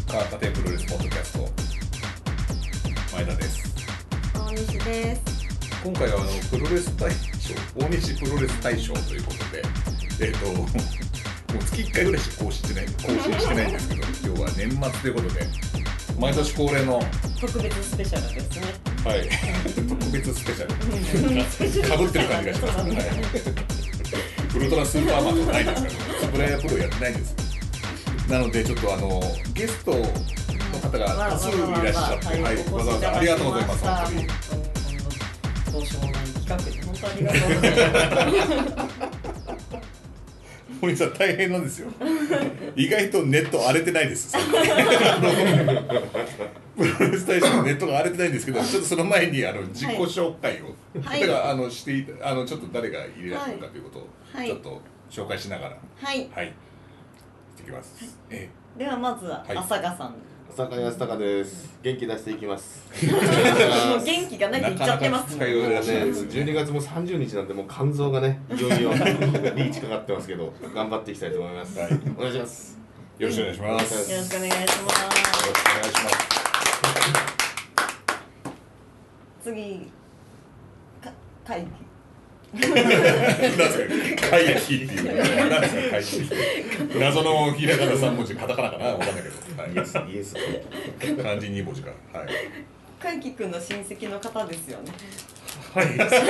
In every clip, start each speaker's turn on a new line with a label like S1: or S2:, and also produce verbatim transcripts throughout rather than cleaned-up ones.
S1: 川立プロレスポッドキャスト前田です。
S2: 大西です。
S1: 今回はあのプロレス大賞、大西プロレス大賞ということで、えっ、ー、ともう月いっかいぐらいしか更新してない更新してないんですけど、今日は年末ということで毎年恒例の
S2: 特別スペシャルですね。
S1: はい、特別スペシャルかぶってる感じがします。はい、ウルトラスーパーマンとかないですから、ね、スプライヤープロやってないんです。なのでちょっとあのゲストの方が多数いらっしゃって、はい、わざわざありがとうございます。本当に
S2: どうしようもない企画で本当ありがとうございます。
S1: 森さん大変なんですよ。意外とネット荒れてないです。プロレス大賞のネットが荒れてないんですけど、ちょっとその前にあの自己紹介を、はい、だからあのしていたあのちょっと誰がいらっしゃるかということをちょっと紹介しながら、はい、はい、していきます。はい、
S2: えー、ではまずは浅香さん。
S3: 浅香康隆です。元気出していきます。
S2: もう元気がないって言っちゃってますね。
S3: じゅうにがつもさんじゅうにちなんでもう肝臓がね、いよいよリーチかかってますけど、頑張っていきたいと思います。はい、お願いします。
S1: よろしくお願いします。
S2: よろしくお願いします。よろしくお願いします。次、か会議。
S1: なんですか会議っていうのは何ですか会議って。謎のひらがなさん文字、カタカナかな、わかんないけど。はい、イエス、イエス。漢字に文字か。はい。
S2: 海輝くんの親戚の方ですよね。
S1: はい。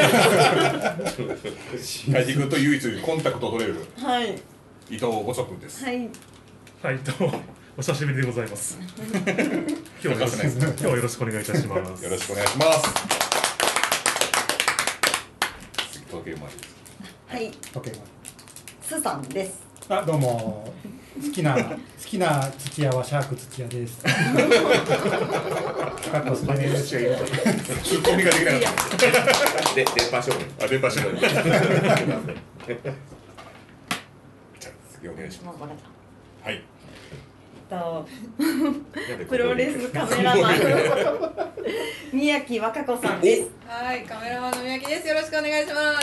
S1: 海輝くんと唯一コンタクトを取れる。
S2: はい。
S1: 伊藤ごそくんです。
S2: はい。
S4: はい、どうもお久しぶりでございます。今日はよろしく、今日はよろしくお願いいたします。
S1: よろしくお願いします。時計回りです。
S2: はい。時計回り。スさんです。
S5: あ、どうも。好きな好きな土屋はシャーク土屋です。かっこすね。
S1: ツッコミができなかった。
S3: で、電波勝負。
S1: あ、電波勝負。じゃあ次お願いします。はい。
S2: とプロレスカメラマン宮城和歌子さんです。
S6: はい、カメラマンの宮城です。よろしくお願いします。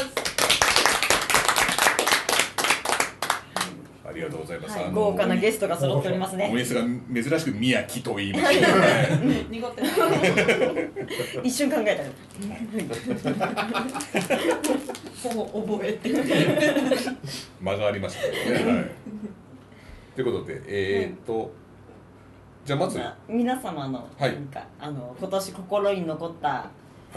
S1: ありがとうございます。
S2: はい、豪華なゲストが揃っておりますね。
S1: お店が珍しく宮城と言いましたね。
S6: 濁ってない。
S2: 一瞬考えた。ほぼ覚えて。
S1: 間がありましたね。はい。ということで、えー、っと、じゃあまず
S2: 皆様の何か、あの今年心に残った、
S3: はい、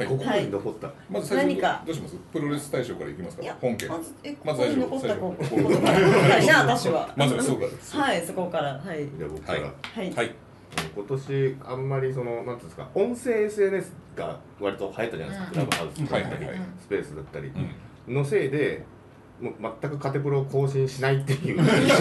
S3: 心に残った。
S1: まず最初どうします？プロレス大賞からいきますか？本家。
S2: まずえ
S1: まず
S2: 心に残ったことはいな私は。
S1: まずそうか。
S2: はい、そこからはい。
S3: じゃあ僕から。
S2: はい。
S3: 今年あんまりそのなんていうんですか、音声 エスエヌエス が割と流行ったじゃないですか。クラブハウスだったり、スペースだったりのせいで。もう全くカテプロを更新しないっていう確か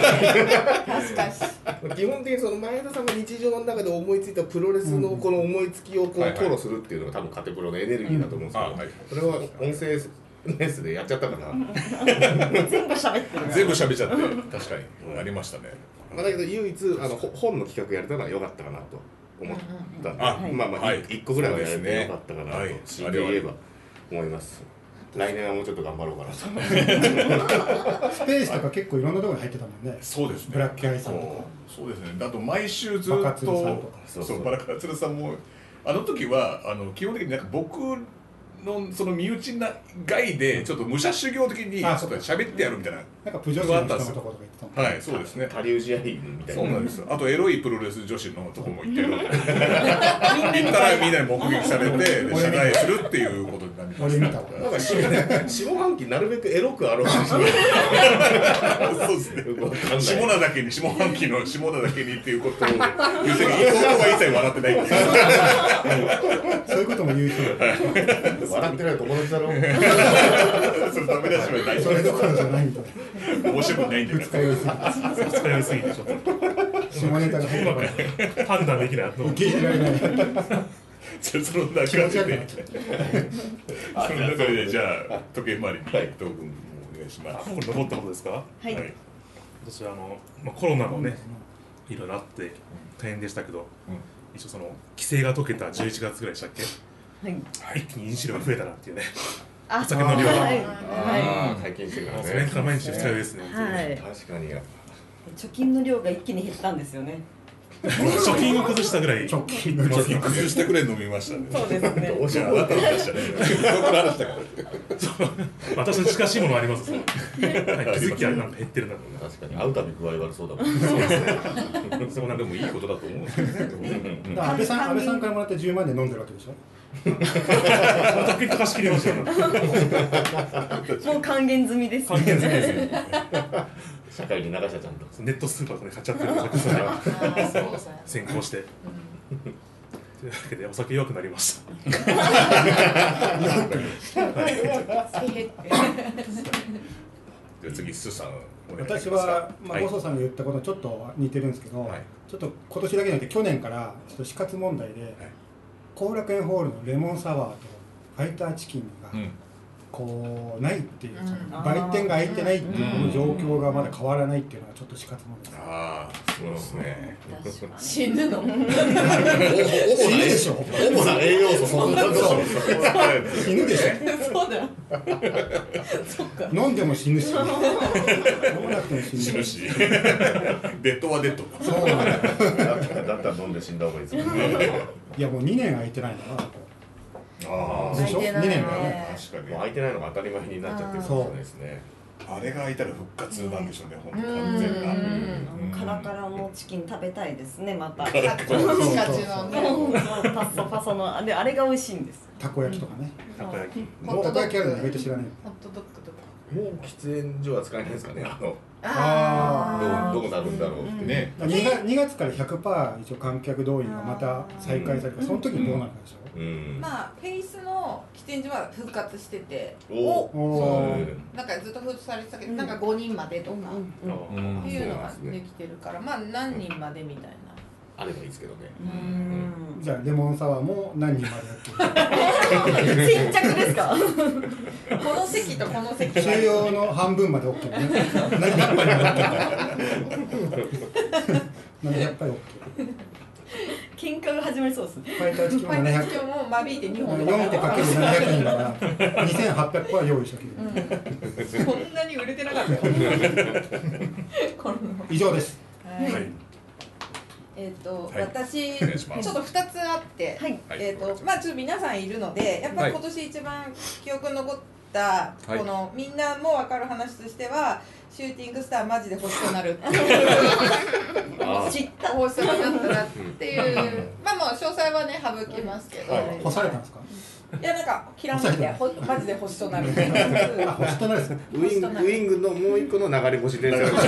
S3: に基本的にその前田さんが日常の中で思いついたプロレスのこの思いつきをこう吐露するっていうのが多分カテプロのエネルギーだと思うんですけど、それは音声 エスエヌエス でやっちゃったから
S2: 全部喋ってる
S1: 全部喋っちゃって確かにありましたね。
S3: まあだけど唯一あの本の企画やれたのは良かったかなと思ったんで、まあまあいっこぐらいはやれて良かったかなと強いて言えば思います。来年はもうちょっと頑張ろうかなと。ス
S5: ペースとか結構いろんなところに入ってたもんね。
S1: そうですね。
S5: ブラックアイさんとか。
S1: そうですね。あと毎週ずっとバカツルさんとか。そうバカツルさんもあの時はあの基本的になんか僕のその身内な外でちょっと武者修行的にちょっと喋ってやるみたいな。
S5: なんかプジョスの人のところとか言ってたもん。
S1: はい、そうですね。
S3: 他流試合みたいな。
S1: そうなんです。あとエロいプロレス女子のとこも行ってる。行ったらみんなに目撃されて謝罪するっていうことになりました。
S3: なんか下半期なるべくエロくあろうとしてる。
S1: そうですね。下田だけに下半期の下田だけにっていうことを言って伊藤君は一切笑ってないっていう。
S5: そういうことも言う人だ。
S3: 笑ってない友達だろ。
S1: それダメ出しはない。
S5: それどころじゃないみたいな。
S1: 面白くないんだけど。
S4: 二日酔いすぎてちょっと。
S5: 下ネタが入って
S4: る。判断できない。
S5: 受け入れられない。
S1: その中で、その中でじゃあ時計回りに伊藤君お願いします。
S4: これ登ったことですか？
S2: はい。
S4: 私はあのまあコロナもねいろいろあって大変でしたけど、一応その規制が解けたじゅういちがつぐらいでしたっけ？はい。一気に飲酒量が増えたなっていうね。お酒の量が。
S2: はい。
S3: 解禁してからね。
S4: それから毎日二日酔いですね。
S2: はい。
S3: 確かに。
S2: 貯金の量が一気に減ったんですよね。
S4: 貯金を崩したぐらい
S5: 貯金の
S1: 崩してくれ飲みましたね。
S2: そうですね。
S1: おしゃれだったの話だね。僕の話だから。
S4: 私の近しいものあります。はい、気づきはなんか減ってるな。
S3: 確かに会うたび具合悪そうだもん。
S1: そうですね。そこなんでもいいことだと思うんですけどね。
S5: 安倍さん安倍さんからもらってじゅうまんで飲んでるわけでしょ。
S4: その時貸し切りましたよ。
S2: もう還元済みです。
S4: 還元済みですね。
S3: 社会に流したちゃんと。
S4: ネットスーパーで買っちゃってる。先行して。というわけでお酒弱くなりました。
S1: じゃあ次スーさん。
S5: 私はまあ細さんが言ったことちょっと似てるんですけど、ちょっと今年だけじゃなくて去年からちょっと死活問題で後楽園ホールのレモンサワーとファイターチキンがこうないっていう、売店が開いてないっていうこの状況がまだ変わらないっていうのはちょっと死活問題です。
S1: ああ、そうですね。
S6: 死ぬの。
S5: 死ぬでしょ。
S3: 主な栄養素そんなとこ。
S5: 死ぬでしょ。
S6: そうだよ。そっか。
S5: 飲んでも死ぬし、飲まなくても死ぬ
S1: 死ぬし。デッドはデッド。
S5: そうなんだ。
S3: だったら飲んで死んだ方がいいですもんね。
S5: いやもうにねん空いてないんだな。
S1: ああ、
S5: でしょ。にねんだよね。
S1: 確かに。
S3: もう空いてないのが当たり前になっちゃってるかもしれないですね。
S1: あれが開いたら復活なんでしょうね、本当完全な。
S2: カラカラのチキン食べたいですね、また。
S6: カチカチのね。
S2: パッソパソのあれあれが美味しいんです。
S5: たこ焼きとかね。
S4: たこ焼き。
S5: もうたこ焼きあるの意外と知らない。
S6: ホットドッグとか。
S3: もう喫煙所は使えないですかね。あの
S5: あ
S3: どうどうなるんだろうってね。
S5: にがつにがつから ひゃくパーセント 一応観客動員がまた再開されて、その時にどうなるかでしょ。
S3: うん。
S6: まあフェイスの喫煙所は復活してて、
S3: お
S5: お
S6: なんかずっと封鎖されてたけど、なんかごにんまでとかっていうのができてるから、まあ何人までみたいな。
S3: あればいいですけどね。
S5: じゃあレモンサワーも何人までやって
S2: る先着ですか。
S6: この席とこの席
S5: 収容の半分まで OK ね。ななひゃくぱいまで OK。ななひゃくぱい OK。
S2: 喧嘩が始まりそうですね。
S5: ファイターチキンもななひゃく。
S6: もう間引いてにほん
S5: よんこかけるななひゃくにんだからにせんはっぴゃくパー用意しとける。
S6: そんなに売れてなかったよ。
S5: 以上です。
S6: はい。えっと、
S1: はい、
S6: 私ちょっとふたつあって、はい、えっとまあちょっと皆さんいるので、やっぱり今年一番記憶に残ったこの、はい、みんなも分かる話としては、シューティングスターマジで星となるっていう知った星となったらっていうまあもう詳細はね省きますけど、はい、
S5: 干されたんですか。
S6: いやなんか切らないでほマジで星となる。
S5: あ、星となる。
S3: ウイングウイングのもう一個の流れ星伝説。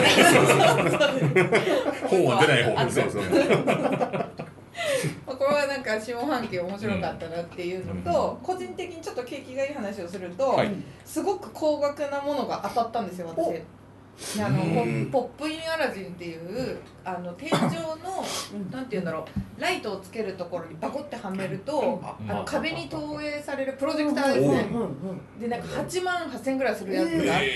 S1: 本は出ない方ですね。
S6: これはなんか下半期面白かったなっていうのと、個人的にちょっと景気がいい話をすると、すごく高額なものが当たったんですよ私。あのポップインアラジンっていうあの天井のなんていうんだろう、ライトをつけるところにバコってはめるとあの壁に投影されるプロジェクターですね。でなんかはちまんはっせんぐらいするやつがあって、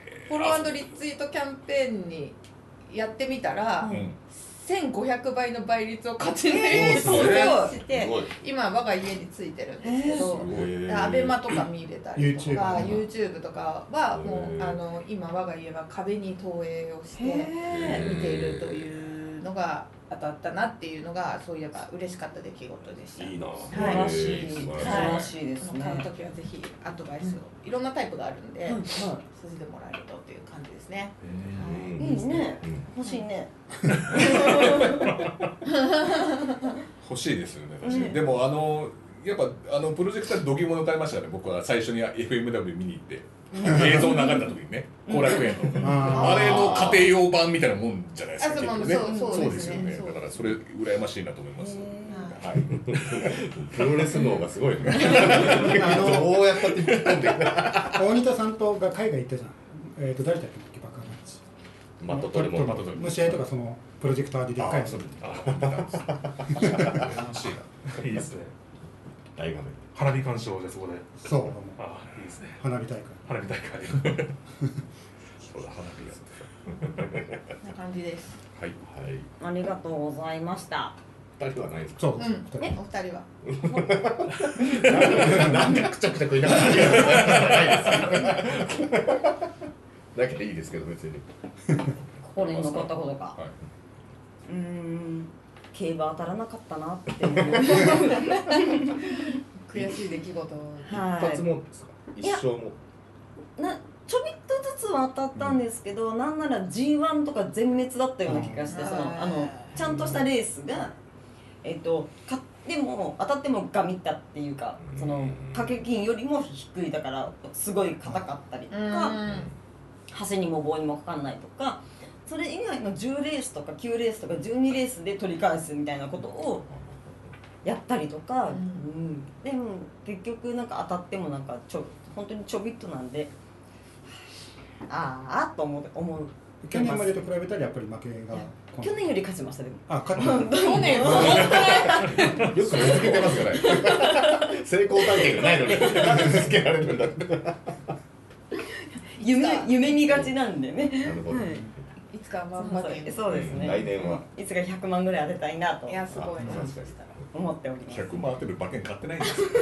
S6: フォロー&リツイートキャンペーンにやってみたら、せんごひゃくばいの倍率を勝ち抜いて登場して、今我が家についてるんですけど、アベマとか見れたりとか YouTube とかはもうあの今我が家は壁に投影をして見ているというのが当たったなっていうのが、そういえば嬉しかった出来事でした。
S3: いいな。
S2: 素晴らしい。素晴らしいですね。
S6: 買うときはぜひアドバイスを、いろんなタイプがあるんで、筋でもらえるとっていう感じですね。
S2: いいね。欲しいね。
S1: 欲しいですよね。でもあのやっぱあのプロジェクター度肝を抜かれましたね。僕は最初に エフエムダブリュー 見に行って。映像流れた時にね、後楽園のあれの家庭用版みたいなもんじゃないですか。そうですよね。だからそれ羨ましいなと思います。はい。
S3: プロレス脳がすごいね。どうやったって突っ込んでる。
S5: 大仁田さんとが海外行ったじゃん。えっと誰だっけ、バカなやつ。
S3: マットトリモン。
S5: の試合とかそのプロジェクターででっかいの。
S4: いいですね。
S3: 大画面。
S4: 花火鑑賞でそこで。
S5: そう。
S4: あ、いいですね。
S5: 花火大会。
S4: 花火大会。
S1: そうだ、花火やって
S6: た。な感じです。
S1: はい。
S2: はい。ありがとうございました。
S3: 二人はないですか。
S5: そうです。
S6: ね、お二人は。
S3: なんでくちゃくちゃ食いながら。だけどいいですけど別に。
S2: 心に残ったことか。うん。 競馬当たらなかったなっていう
S6: 悔しい出来事。
S3: 一発もですか？一生も
S2: なちょびっとずつは当たったんですけど、うん、なんなら ジーワン とか全滅だったような気がして、そのあのちゃんとしたレースが、えっと、買っても当たってもガミったっていうか、その掛け金よりも低いだからすごい硬かったりとか、橋にも棒にもかかんないとか、それ以外のじゅうレースとかきゅうレースとかじゅうにレースで取り返すみたいなことをやったりとか、うん、でも結局なんか当たってもなんかちょ本当にちょびっとなんで、ああと思う思う。
S5: 去年までと比べたらやっぱり負けが
S2: 去年より勝ちましたでも。
S5: あ、勝った。
S6: 去年よく
S3: 続けてますからね。成功体験がないのに続けられるんだって。
S2: 夢夢見がちなんでね。
S3: なるほど。
S6: いつか万馬券。
S2: そうですね。
S3: 来年はい
S2: つかひゃくまんぐらい当てたいなと。
S6: いやすごいな。
S2: 思っております。
S1: ひゃくまん当てる馬券買ってないんですよ。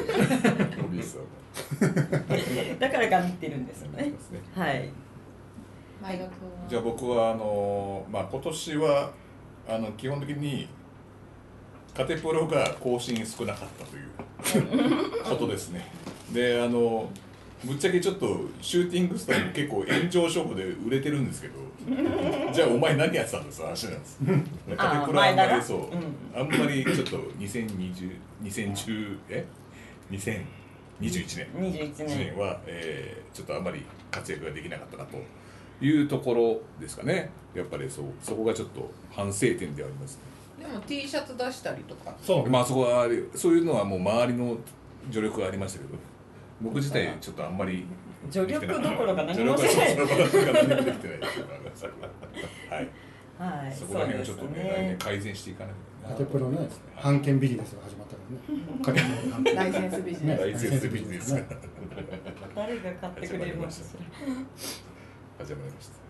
S2: だからガミってるんですよね。はい。
S1: じゃあ僕はあのまあ今年はあの基本的にカテプロが更新少なかったということですね。であのぶっちゃけちょっとシューティングスターも結構炎上商法で売れてるんですけど、じゃあお前何やってたんですか話なんです。カテプロはあんまりそう、うん、あんまりちょっとにせんにじゅう、にせんじゅうえにせんにじゅういちねん
S2: にじゅういちねん
S1: は、えー、ちょっとあんまり活躍ができなかったなというところですかね。やっぱりそうそこがちょっと反省点ではありますね。
S6: でも T シャツ出したりとか、
S1: そうまあそこはそういうのはもう周りの助力がありましたけど、僕自体ちょっとあんまり
S2: 助力どころか何もしてない。
S1: 助力どころか何もできてないですはい。
S2: はい。
S1: そこら辺をちょっとね来年改善していかないと。
S5: カテプロね、版権ビジネスが始まったからね。
S6: ライセンスビジネス。
S1: ライセンスビジネス。
S2: 誰が買ってくれるのかしら。
S1: 始まりました。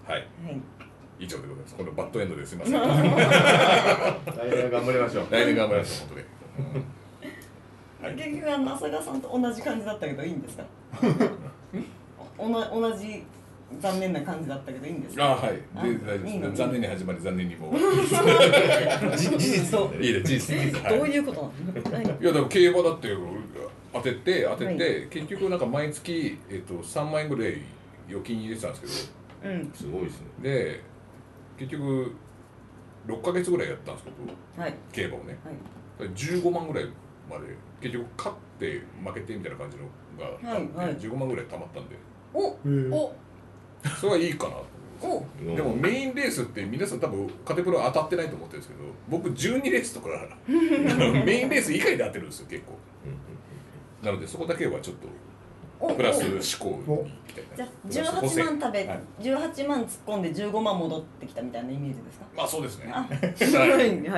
S1: はい。以上でございます。このバッドエンドですみません。
S3: 来年頑張りましょう。
S1: 来年頑張りましょう本当に。
S2: 結局は那須川さんと同じ感じだったけどいいんですか？おな同じ残念な感じだったけどいいんですか？
S1: あはい。で大丈夫です。残念に始まり残念にも。
S3: 事実と
S1: いいです事実。
S2: どういうことなの？い
S1: やでも競馬だって当てて当てて結局なんか毎月えっとさんまんえんぐらい預金入れてたんです
S2: けど、うん、
S3: すごいですね。
S1: で結局ろっかげつぐらいやったんですけど、
S2: はい、
S1: 競馬をね、はい、じゅうごまんぐらいまで結局勝って負けてみたいな感じのがあって、はいはい、じゅうごまんぐらい貯まったんで、
S2: おお
S1: それはいいかなと思います。でもメインレースって皆さん多分カテプロ当たってないと思ってるんですけど、僕じゅうにレースとかメインレース以外で当てるんですよ結構。なのでそこだけはちょっとプラス思考にいきたいな。
S2: じゃあじゅうはちまん食べ、はい、じゅうはちまん突っ込んでじゅうごまん戻ってきたみたいなイメージですか？
S1: まあそうですね。
S2: はい、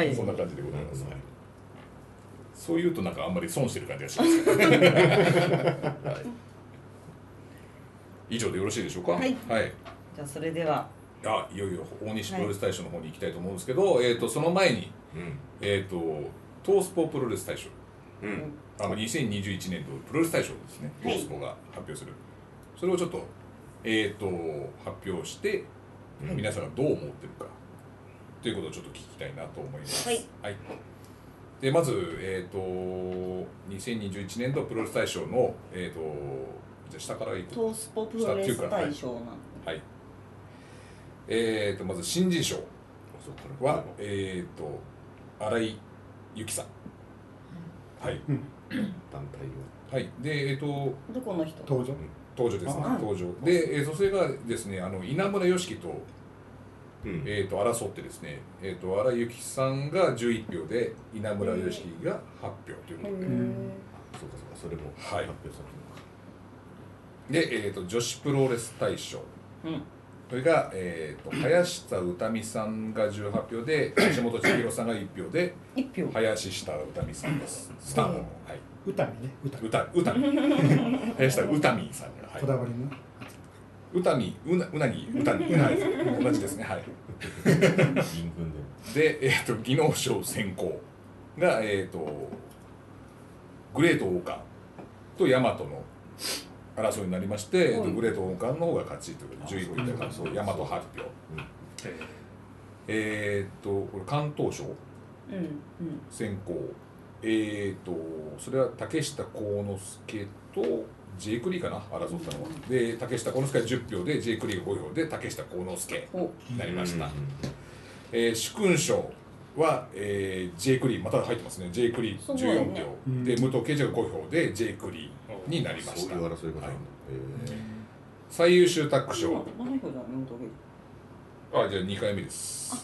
S1: そんな感じでございます。はい、そういうとなんかあんまり損してる感じがしますけど、はい、以上でよろしいでしょうか？はい。はい、
S2: じゃあそれでは。
S1: あ、いよいよ大西プロレス大賞の方に行きたいと思うんですけど、はい、えっとその前に、うん、えっとトースポプロレス大賞。うん、あのにせんにじゅういちねん度プロレス大賞ですね、トースポが発表する、それをちょっと,、えー、と発表して、はい、皆さんがどう思ってるかということをちょっと聞きたいなと思います。はい、はい、でまず、えー、とにせんにじゅういちねん度プロレス大賞の、えー、とじゃ下からいく
S2: トースポプロレス大賞なの、
S1: はい、えー、とまず新人賞は、えー、と新井由紀さん。はい、うん、
S3: 団体
S1: は。はい、で、えっ、ー、と。
S2: どこの人。
S5: 登場。
S1: 登場ですね。登場。で、えー、それがですね、あの稲村良樹と。うん、えっ、ー、と、争ってですね、えっ、ー、と、新井由紀さんがじゅういちひょうで、稲村良樹がはちひょうということで。そうか、
S3: そうか、それも発表されてるの
S1: か。で、えっ、ー、と、女子プロレス大賞。うん、それが、えー、と林下歌美さんがじゅうはちひょうで、橋本千尋さんがいちひょうで、林下歌美さんです。スタートの、はい。
S5: 歌美ね、
S1: 歌。歌、歌美。林下歌美さんが、はい。
S5: こだわりの。
S1: 歌美、うな、うなぎ、歌美、うなぎ、同じですね、はい。で、えっ、ー、と、技能賞選考が、えっ、ー、と、グレートオーカーとヤマトの争いになりまして、グレートオーカーの方が勝ちということでじゅういちいでヤマトはっぴょう。 えー、っとこれ関東賞、
S2: うんうん、
S1: 選考、えー、っとそれは竹下幸之助と J クリーかな、争ったのは、うん、で竹下幸之助がじゅっぴょうで J クリーがごひょうで竹下幸之助になりました。えー、主勲賞は、えー、J クリーまた入ってますね。 J クリーじゅうよんぴょう、ね、で武藤敬司がごひょうで J クリーになりました。
S3: そういう争い方、はい、
S1: 最優秀タッグ賞、あ、じゃあにかいめです。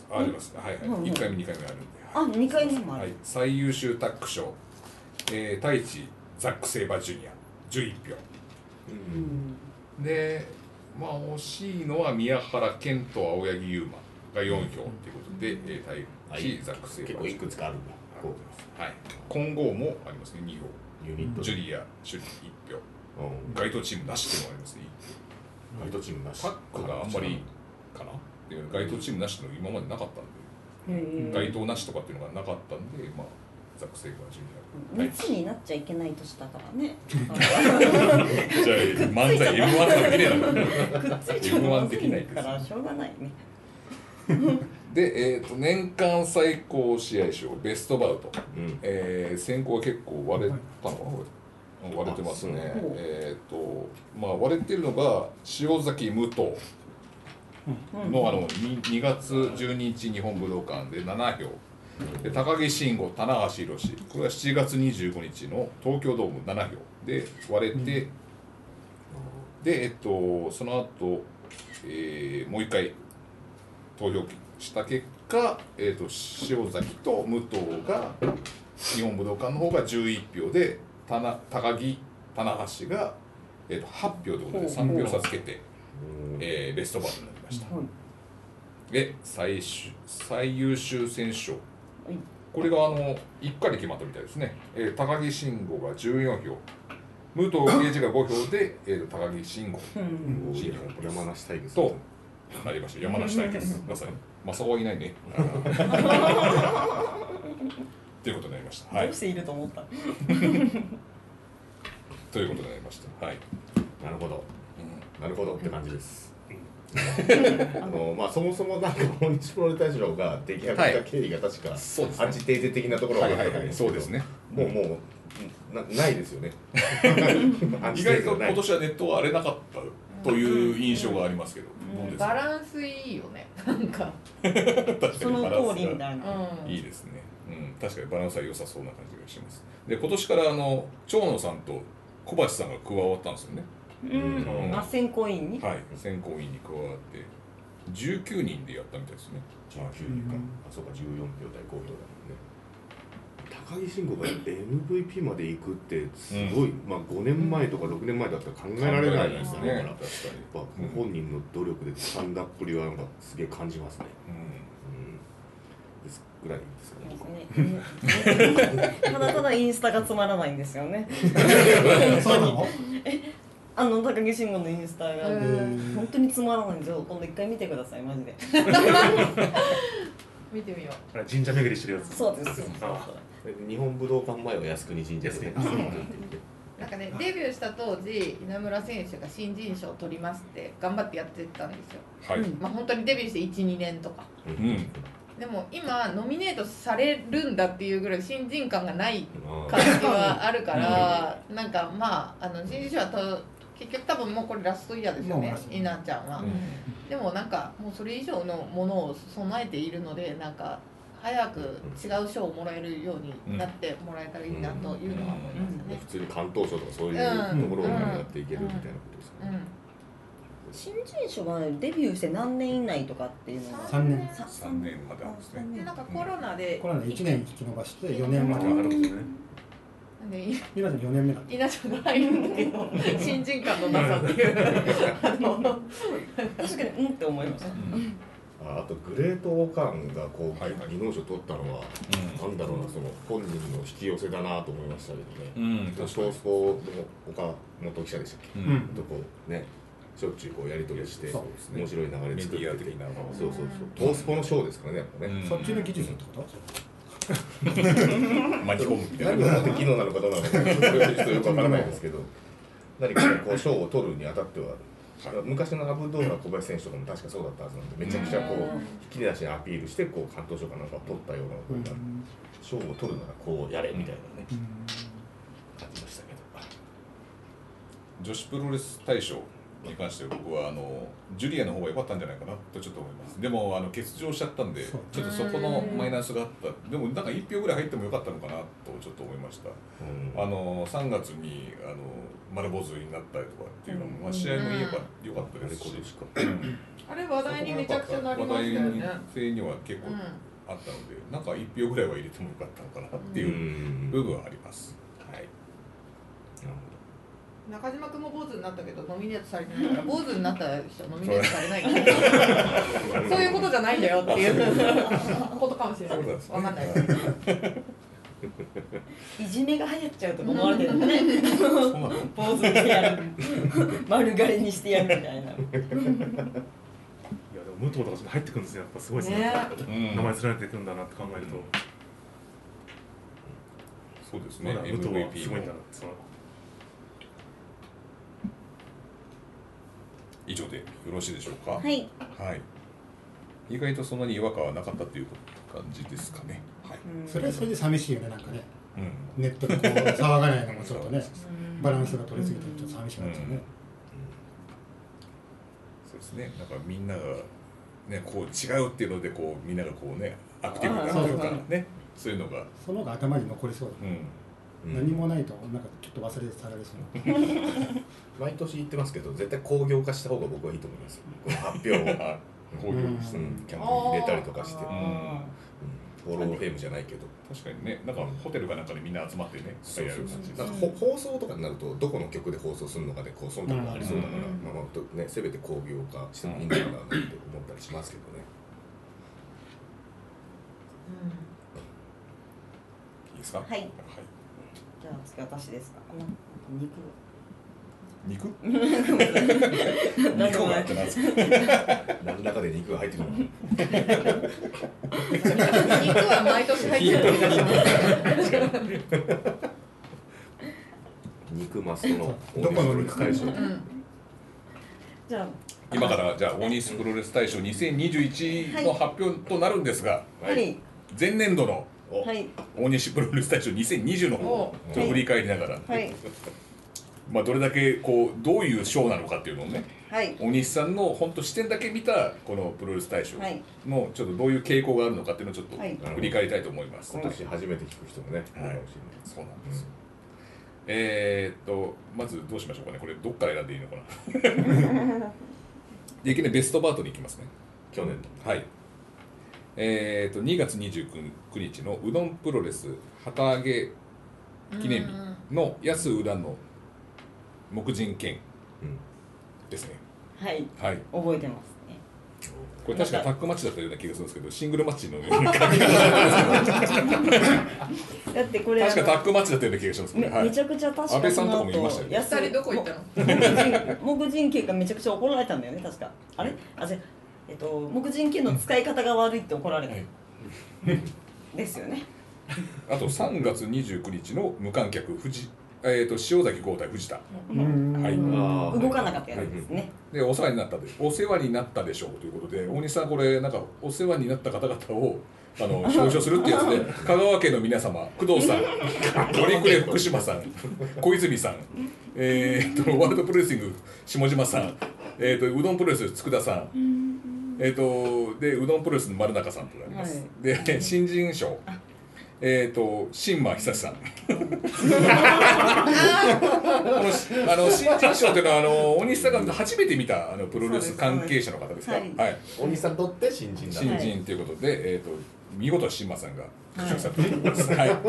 S1: あ、あります。はいはい。うんうん、いっかいめにかいめあるんで。
S2: あ、にかいめもある。
S1: はい。最優秀タッグ賞、えー、太一ザック・セイバージュニアじゅういっぴょう、うん、でまあ惜しいのは宮原健と青柳優馬がよんひょうということで、うん、えー、太一ザック・セイバージュニア、結構いくつかあるんだ。はい。混合もありますね、にひょう、ユニットジュリアシュリいっぴょう、該当チームなしっていうのがありますね。
S3: 該当チームなし、
S1: タッグがあんまりかな、該当チームなしの今までなかったんで、該当なしとかっていうのがなかったんで、まあザック・セイバージュニア
S2: 密になっちゃいけない年だからね。
S1: じゃあ漫才 エムワン とかできねえな。
S2: くっついちゃうのできないからしょうがないね。
S1: で、えー、と年間最高試合賞ベストバウト、うん、えー、選考は結構割れたのかな、これ割れてますね。えっ、ー、とまあ割れてるのが塩崎武藤のあの にがつじゅうににち日本武道館でななひょうで、高木慎吾、棚橋宏、これはしちがつにじゅうごにちの東京ドームななひょうで割れて、うん、でえっとその後、えー、もう一回投票した結果、えー、と塩崎と武藤が日本武道館の方がじゅういっぴょうで、棚高木、棚橋が、えー、とはちひょうということでさんぴょう差つけて、えー、ベストバウトになりました。で 最, 最優秀選手賞、これがあのいっかで決まったみたいですね。えー、高木慎吾がじゅうよんひょう、武藤敬司がごひょうで、えー、高木慎吾、
S3: 新日本山梨対決
S1: となりました。山梨対決、まさに正雄はいないね。ということになりました。
S2: どうしていると思った。
S1: ということになりました。はい。
S3: なるほど。うん、なるほどって感じです。あのまあ、そもそもなんか大西プロレ大賞が出来上がった経緯が確か、はい、アンチテーゼ的なところがあったと思うんですけど、もうもう な, ないですよね。
S1: 意外と今年はネットは荒れなかったという印象がありますけど、
S6: うんうん、バランスいいよね。なんか
S2: その通りみたいな、
S1: うん、いいですね、うん、確かにバランスは良さそうな感じがします。で今年からあの長野さんと小橋さんが加わったんですよね。
S2: うん、うん、あ、選考委員に、
S1: はい、選考委員に加わってじゅうきゅうにんでやったみたいですね。
S3: じゅうきゅうにんか、うん、あ、そうか、じゅうよんひょう対ごひょうだもんね。高木慎吾が エムブイピー まで行くってすごい、うん、まあごねんまえとかろくねんまえだったら考えられないですね。だから、やっぱ本人の努力で掴んだっぷりはなんかすげえ感じますね。うん、うん、ですぐらいですかね。
S2: ですね。ただただインスタがつまらないんですよね。
S5: そうなの？
S2: あの高木慎吾のインスタが本当につまらないんですよ。今度一回見てください、マジで。
S6: 見てみよう。
S4: あれ神社巡りしてるやつ。
S2: そうですよ。
S3: 日本武道館前は靖国神社ですね。
S6: なんかね、デビューした当時稲村選手が新人賞を取りますって頑張ってやってたんですよ。はい。まあ本当にデビューしていち、にねんとか。うん。でも今ノミネートされるんだっていうぐらい新人感がない感じはあるから、なんかまああの新人賞はと結局多分もうこれラストイヤーですよね、稲ちゃんは、うん、でもなんかもうそれ以上のものを備えているので、なんか早く違う賞をもらえるようになってもらえたらいいなというのは思いますね。
S3: 普通に関東賞とかそういうところをやっていけるみたいなことですかね。
S2: 新人賞はデビューして何年以内とかっていうのは
S5: さんねん
S1: さんねんまであるんですね。
S6: でなんかコロナで
S5: コロナでいちねん引き延ばしてよねんまであるんですよね。今じゃよねんめだ。
S6: 稲ちゃんが入るんだけど新人感のなさっていう
S2: 確かにうんって思いました。
S3: あ, あとグレートオカンがこう、はい、技能賞取ったのは、うん、なんだろうな、その本人の引き寄せだなと思いましたけどね。うん、トースポの岡本記者でしたっけ、うん、とこうね、しょっちゅうこうやり取りして、ね、面白い流れ作ってて、そうそうそう、トースポのショーですからね、やっぱね。
S5: うん、そっちの技術ってこと？
S1: 巻き込むみたいな。
S3: なんで技能なのかどうなのか、それはちょっとよくわからないですけど、何かこう賞を取るにあたっては昔のアブドーラ小林選手とかも確かそうだったはずなんで、めちゃくちゃこう引き出しにアピールしてこう関東賞かなんかを取ったような、賞を取るならこうやれみたいなね、感じましたけど。
S1: 女子プロレス大賞に関して僕はあのジュリアの方が良かったんじゃないかなとちょっと思います。でもあの欠場しちゃったんでちょっとそこのマイナスがあった。でもなんかいっぴょうぐらい入ってもよかったのかなとちょっと思いました。あのさんがつにあの丸坊主になったりとかっていうのも、まあ、試合も言えば良かったですし、
S6: あれ話題にめちゃくちゃなりましたよね。
S1: 話題性には結構あったので、なんかいっぴょうぐらいは入れてもよかったのかなっていう部分はあります。はい。
S6: 中島君も坊主になったけどノミネートされてないから、坊主になった人ノミネートされないからそういうことじゃないんだよっていうことかもしれないです。わかんないです。
S2: いじめが流行っちゃうとか思われてるんだね。坊主にしてやる、丸刈りにしてやるみたいな。いやでも
S4: 武藤とか入ってくるんですよ。やっぱすごいですね。ね、名前連ねていくんだなって考えると。
S1: そうですね。
S4: 武藤はすごいんだなって。
S1: 以上でよろしいでしょうか。
S2: はい。
S1: はい。意外とそんなに違和感はなかったという感じですかね。はい。
S5: それはそれで寂しいよね、なんかね。うん、ネットでこう騒がないのもちょっとね、バランスが取りすぎてちょっと寂しくなっちゃうね。
S1: そうですね。なんかみんながねこう違うっていうのでこうみんながこうねアクティブになるとかね、そういうのが
S5: その方が頭に残りそうだね。何もないとなんかちょっと忘れ去られそうな。
S3: 毎年言ってますけど、絶対工業化した方が僕はいいと思います。発表を工業にしてキャンプに入れたりとかして、フォローフェームじゃないけど、
S1: 確かにね、なんかホテルかなんかでみんな集まってね、
S3: そうそうそう。なんか放送とかになるとどこの曲で放送するのかでこう忖度がありそうだから、まあまあねせめて工業化してもいいんだろうなって思ったりしますけどね。
S1: いいですか？
S2: はい。じゃあ次私ですか。肉。
S1: 肉？肉がってなんですか？
S3: 何らかで肉が入ってくる。
S6: 肉は毎年入ってる気がします。
S3: 肉マストの
S5: どこの肉
S3: 大賞。
S2: じゃあ
S1: 今からじゃあ大西プロレス大賞にせんにじゅういちの発表となるんですが、
S2: はい。
S1: 前年度の
S2: はい、
S1: 大西プロレス大賞にせんにじゅうの方をちょっと振り返りながら、
S2: はい、
S1: まあどれだけこうどういう賞なのかっていうのをね、はい、大西さんの本当視点だけ見たこのプロレス大賞のちょっとどういう傾向があるのかっていうのをちょっと振り返りたいと思います。
S3: 今年初めて聞く人もね、はい、
S1: そうなんです。うん、えー、っとまずどうしましょうかね。これどっから選んでいいのかな。でいきなりベストバートに行きますね。
S3: 去年の。
S1: はい。えー、とにがつにじゅうくにちのうどんプロレス旗揚げ記念日の安浦の木人剣ですね。
S2: はい、はい、覚えてますね。
S1: これ確かタッグマッチだったような気がするんですけど、シングルマッチのような感じがしたんですけどだってこれ確かタッグマッチだったような気がしますね。
S2: めちゃくちゃ確か
S1: 安倍さんとかもいましたよね。
S6: 安人どこ行ったの？
S2: 木人剣がめちゃくちゃ怒られたんだよね、確か。あれあじゃえっと、木人剣の使い方が悪いって怒られた、はい、ですよね。
S1: あとさんがつにじゅうくにちの無観客藤、えー、と塩崎豪対藤田、はい、
S2: 動かなかったやつですね。
S1: でお世話になったでお世話になったでしょうということで、大西さんこれなんかお世話になった方々をあの表彰するってやつで香川県の皆様、工藤さん、森暮福島さん、小泉さん、えー、とワールドプロレスリング下島さん、えー、とうどんプロレス佃さん、えー、とでうどんプロレスの丸中さんとなります、はい、で新人賞、えー、と新馬久志さんこのあの新人賞というのはあの大西さんが初めて見たあのプロレス関係者の方ですか。はい、はい、
S3: 大西さんにとって新人だ、
S1: 新人ということで、えー、と見事新馬さんが受賞されています。はいはい、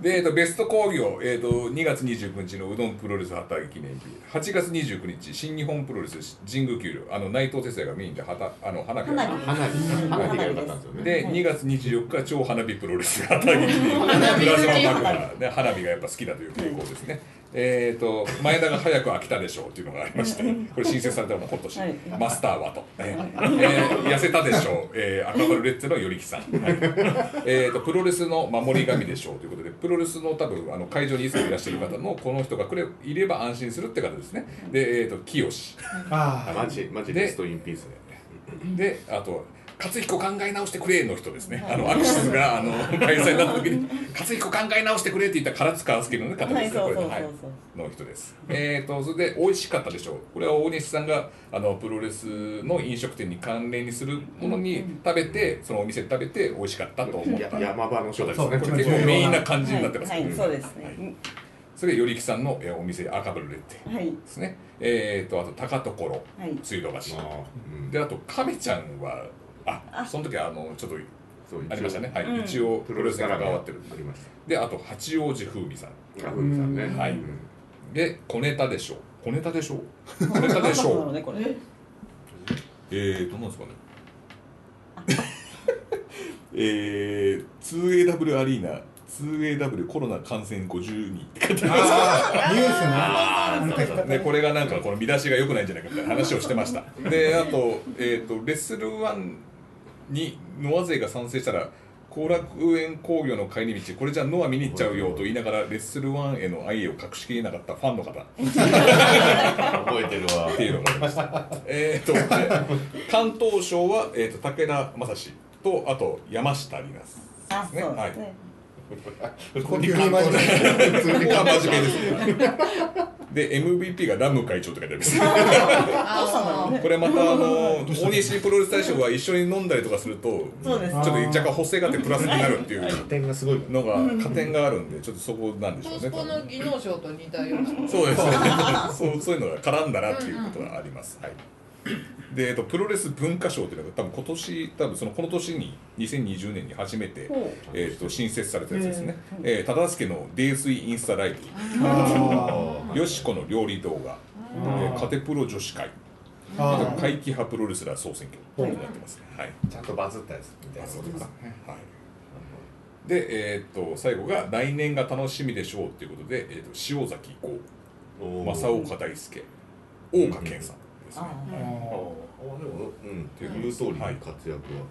S1: で、えー、とベスト興行、えー、とにがつにじゅうくにちのうどんプロレス旗揚げ記念日、はちがつにじゅうくにち新日本プロレス神宮球場、あの内藤哲也がメインではたあの花火が
S3: 花火が良かったんですよね。
S1: でにがつにじゅうよっか超花火プロレス旗揚げ記念日、プラズマバグが、ね、花火がやっぱ好きだという傾向ですね。えー、と前田が早く飽きたでしょうというのがありまして、これ新設されたのが今年、はい、マスターはと、えーえー、痩せたでしょう、えー、赤丸レッツェの与力さん、はい、えー、とプロレレスの守り神でしょうということで、プロレスの多分あの会場にいつもいらっしゃる方のこの人が来れいれば安心するって方ですね。で、えーと清
S3: ああマジマジレストインピース
S1: ね。で、あと勝彦考え直してくれの人ですね。あのアクシスがあの開催になった時に勝彦考え直してくれって言った唐塚明日の方ですね。これはいの人です。えーとそれで美味しかったでしょう。これは大西さんがあのプロレスの飲食店に関連にするものに食べて、そのお店で食べて美味しかったと思った。
S3: 山場の人です
S1: ね。これ結構メインな感じになってます。
S2: はい、そうですね。
S1: それで頼木さんのお店赤ブルレッテですね。えーとあと高所水道橋。であと亀ちゃんはあ、その時はあのちょっとありましたね。はい、一応プロレスに関わってる。で、あと八王子風味さん。
S3: 風味さんね。はい。
S1: で、小ネタでしょう。小ネタでしょう。小ネタでしょう。えー、どうなんですかね。えー、ツーエーダブリュー アリーナ、ツーエーダブリュー コロナ感染ごじゅうにんって書いてあ
S5: ります。ニュースね。
S1: ね、これがなんかこの見出しが良くないんじゃないかみたいな話をしてました。で、あと、えっと、レッスルワンにノア勢が参戦したら後楽園工業の帰り道これじゃノア見に行っちゃうよと言いながらレッスルワンへの愛を隠しきれなかったファンの方覚
S3: えてるわ
S1: っていうのがありましたえっと関東賞は、えー、と武田正史とあと山下里奈ですね。はい。
S5: ここ急に真面目です。
S1: 真面目ですね。で エムビーピー がラム会長って書いてあります。これまたあの大西プロレス大賞は一緒に飲んだりとかするとちょっと若干補正があってプラスになるっていう加点がすごいのが加点があるんでちょっとそこなんでしょうね。
S6: トースポの技能賞と似たような。
S1: そうですね。そうそういうのが絡んだなっていうことがあります。はい。で、えっと、プロレス文化賞というのが多分今年多分そのこの年ににせんにじゅうねんに初めて、えっと、新設されたやつですね。えー、忠助の泥酔インスタライブ、よしこの料理動画、えー、カテプロ女子会、怪奇派プロレスラー総選挙となってますね。はい。
S3: ちゃんとバズったやつみたいなことですね。
S1: はい。で、えっと最後が来年が楽しみでしょうということで、えっと塩崎豪、正岡大輔、大岡健さん。ああ、でも、
S3: うん、っていう通りの活躍は。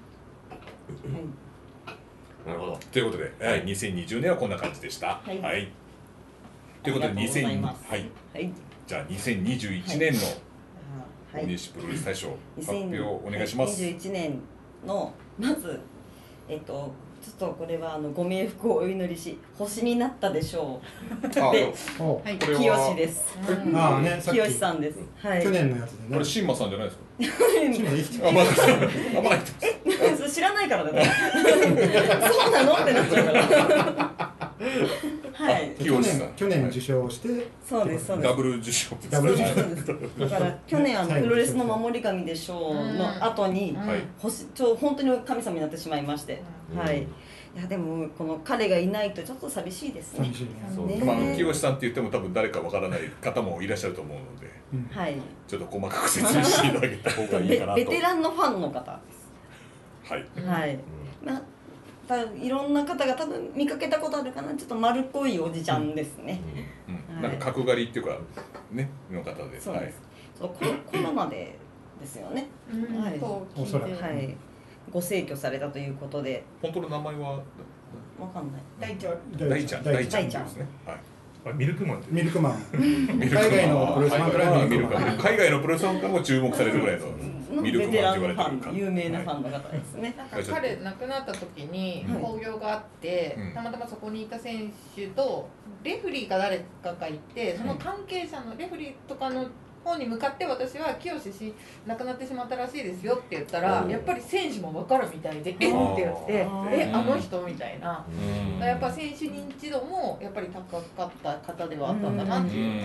S3: なるほど。
S1: ということで、はい、にせんにじゅうねんはこんな感じでした。はい。はい、ということで、にせん、はい。じゃあ、にせんにじゅういちねんの大西プロレス大賞発表お願いします。
S2: にせんにじゅういちねんのまずえっと。ちょっとこれはあのご冥福をお祈りし星になったでしょう。で、清です。
S5: ああね、
S2: 清さんです。はい。
S5: 去年のやつでね。
S1: これ新馬さんじゃないですか。
S2: あ、まだあ、まだえ、知らないからだね。そうなのってなっちゃうから。はい。
S5: 去年去年受賞して。
S2: そうですそうです。
S1: ダブル受賞。
S2: ダブル受賞です。だから去年あのプロレスの守り神でしょうの後に星ちょ本当に神様になってしまいまして。はい。いやでもこの彼がいないとちょっと寂しいですね。寂しい
S1: ね。まあ清さんって言っても多分誰かわからない方もいらっしゃると思うので、はい。ちょっと細かく説明していただけた方がいいかなと。
S2: ベテランのファンの方です。
S1: はい。
S2: はい。まあいろんな方が多分見かけたことあるかな。ちょっと丸っこいおじちゃんですね。
S1: なんか角刈りっていうかねの方で。
S2: そうです。そうコロナでですよね。はい。おそらく。はい。ご逝去されたということで。
S1: 本当の名前は
S2: わかんない。
S6: 大ちゃん。
S1: 大ちゃん。大ちゃんですね。はい。
S4: ミルクマン。
S5: ミルクマン。海外のプロレスファンから
S1: ミルクマン。海外のプロレスファンからも注目されるぐらいのミルクマンと言われてる
S2: 有名なファンの方ですね。
S6: なんか彼亡くなった時に興行があって、たまたまそこにいた選手とレフリーか誰かがいて、その関係者のレフリーとかの方に向かって私は清し亡くなってしまったらしいですよって言ったらやっぱり選手も分かるみたいでえって言ってえあの人みたいなやっぱ選手認知度もやっぱり高かった方ではあったんだなっていう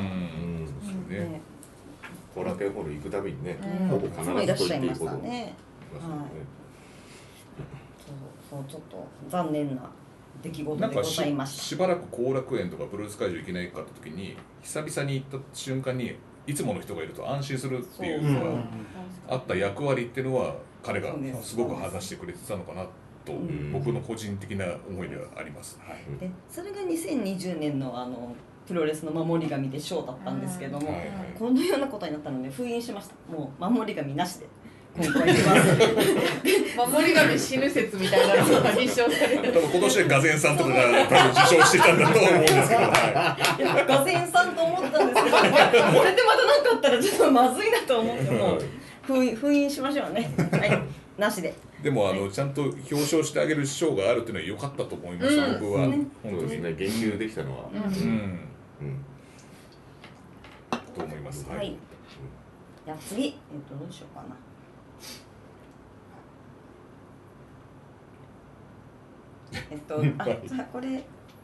S3: 後楽園ホール行くたびにね
S2: ほぼ必ずと言っていいことね。そうそうちょっと残念な出来事でございました。
S1: しばらく後楽園とかプロレス会場行けないかった時に久々に行った瞬間にいつもの人がいると安心するっていうのがあった役割っていうのは彼がすごく果たしてくれてたのかなと僕の個人的な思いではあります。はい、
S2: でそれがにせんにじゅうねんのあのプロレスの守り神でショーだったんですけども、このようなことになったので封印しました。もう守り神なしで今回いきます
S6: 守り神死ぬ説みたいなのが立証されてる。
S1: 多分今年はガゼンさんとかが多分受賞してたんだと思うんですけど、は
S2: いやガゼンさんと思ったんですけど、これでまた何かあったらちょっとまずいなと思っても封印封印しましょうね。はい、なしで。
S1: でもあのちゃんと表彰してあげる賞があるっていうのは良かったと思います、うん、僕は、
S3: ね、本当にね言及できたのは、うん、うんうん、
S1: と思います。
S2: はい。はい、じゃあ次、えっとどうしようかな。えっとあじゃあこれ、うん、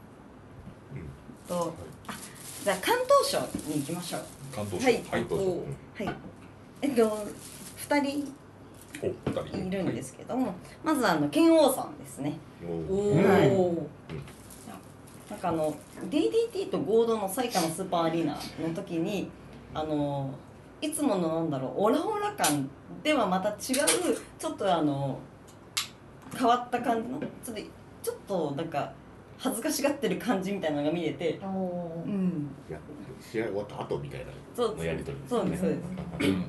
S2: とあじゃあ関東賞に行きましょう。
S1: 関東賞。
S2: はい。
S1: はい。どうぞ。
S2: はい。えっと二人いるんですけども、はい、まずあの剣王さんですね。おお。はい。なんかあの ディーディーティー と合同の埼玉スーパーアリーナの時にあのいつものなんだろうオラオラ感ではまた違うちょっとあの変わった感じのちょっとちょっとなんか恥ずかしがってる感じみたいなのが見えて、うん、
S3: いや試合終わった後みたいなのやり取りですね。
S2: そうですそうです。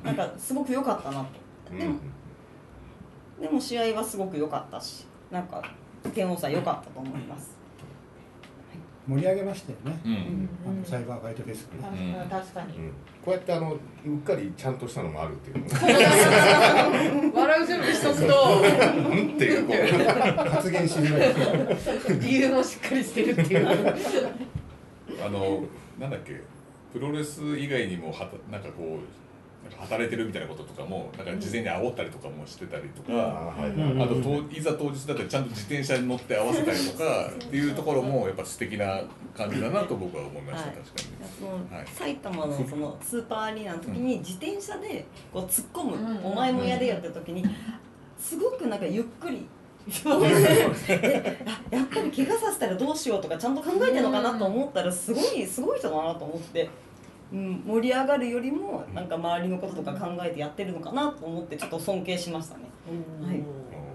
S2: なんかすごく良かったなと。でも、うん、でも試合はすごく良かったし、なんか剣王さん良かったと思います。
S5: 盛り上げましたよね。うん、あのサイバーファイトフェスね。
S6: うん、確かに、うん。
S3: こうやってあのうっかりちゃんとしたのもあるっていうの。
S6: 笑う準備しとくと、
S3: うんっていうこ
S5: う発言しづら
S6: い。理由もしっかりしてるっていう。
S1: あのなんだっけプロレス以外にもはたなんかこう。働いてるみたいなこととかもなんか事前に煽ったりとかもしてたりとか、うん、あといざ当日だったらちゃんと自転車に乗って合わせたりとかっていうところもやっぱ素敵な感じだなと僕は思いました。はい、確かに、
S2: その、はい、埼玉のそのスーパーアリーナの時に自転車でこう突っ込む、うん、お前もやれよって時にすごくなんかゆっくりでやっぱり怪我させたらどうしようとかちゃんと考えてるのかなと思ったらすごいすごい人だなと思って。うん、盛り上がるよりもなんか周りのこととか考えてやってるのかなと思ってちょっと尊敬しましたね。はい。はい。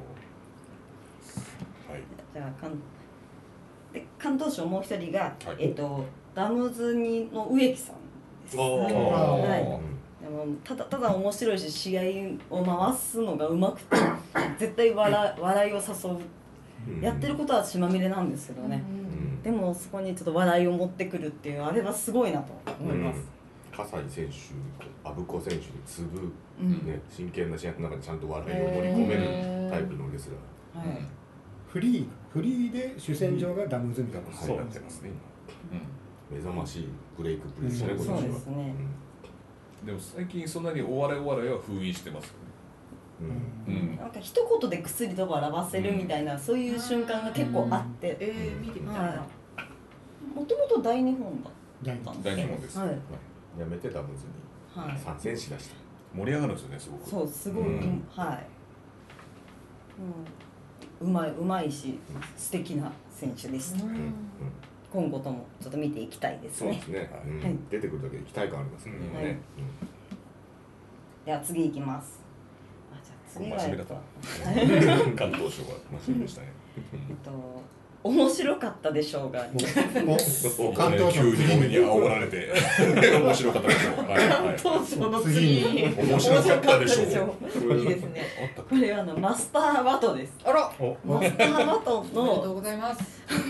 S2: じゃあ関で関東賞もう一人が、はい、えっとダムズニの植木さんです。はい。でもただただ面白いし試合を回すのが上手くて絶対笑笑いを誘う。やってることは血まみれなんですけどね。でもそこにちょっと笑いを持ってくるっていうあれはすごいなと思います。
S3: 葛西選手、阿部子選手に次ぐ、うん、ね、真剣な試合の中でちゃんと笑いを盛り込めるタイプのレスラー。はい、
S5: フリーフリーで主戦場がダムズミだもんね。
S1: そうなってますね。
S3: うん、目覚ましいブレイクプレーですね、今年は。
S2: そうですね。
S1: でも最近そんなにお笑いお笑いは封印してますよね。
S2: うんうん、なんか一言で薬と笑わせるみたいな、うん、そういう瞬間が結構あって、うん、
S6: えー、見てみたいな。
S2: もともと大日本だったんです。
S1: 大日本です。
S2: はい。
S3: やめてダムズに参戦しだした。
S1: 盛り上がるんですよね、すごく。
S2: そう、すごい、うん、はい。うん、うまいうまいし素敵な選手です。うんうん、今後ともちょっと見ていきたいですね。
S3: そうですね。はい、出てくるだけで期待感ありますね。うん、はい。うん、
S2: では次いきます。
S1: 真面目だった。関東賞は真面目でしたね。
S2: えっと面白かったでしょうが。
S1: 関東賞急に俺に煽られて面白かったでしょう。
S2: 関東賞の次
S1: 面白かったでしょう。
S6: いいですね。
S2: これはあのマスターバトです。
S6: あら、
S2: マスターバトの。
S6: ありがとうございます。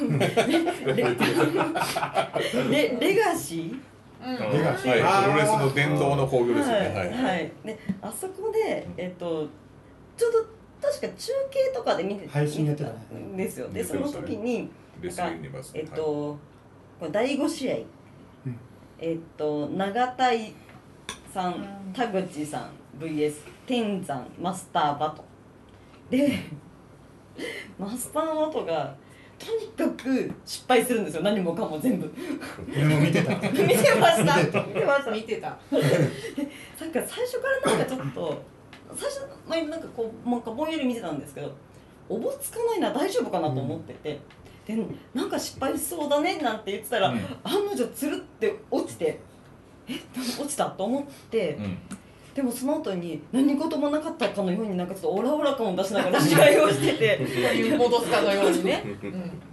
S2: レレガシー。
S1: レガシー。はい。プロレスの伝統の興行ですよね。
S2: はい。で、あそこでえっと。ちょうど確か中継とかで見て
S5: 配信やってた
S2: んですよ。でその時に
S1: レスリングにます。
S2: えっとこれだいご試合、えっと永田井さん、田口さん ブイエス 天山マスターバトでマスターバトがとにかく失敗するんですよ。何もかも全部。
S5: 俺も見てた。
S2: 見てました。見てました。
S6: 見てた。
S2: なんか最初からなんかちょっと。最初前なんかこうなんかぼんやり見てたんですけどおぼつかないな大丈夫かなと思ってて、うん、でなんか失敗しそうだねなんて言ってたら、うん、案の定つるって落ちてえ落ちたと思って、うん、でもその後に何事もなかったかのようになんかちょっとオラオラ感を出しながら試合をしてて
S6: 戻すかのようにね、うん、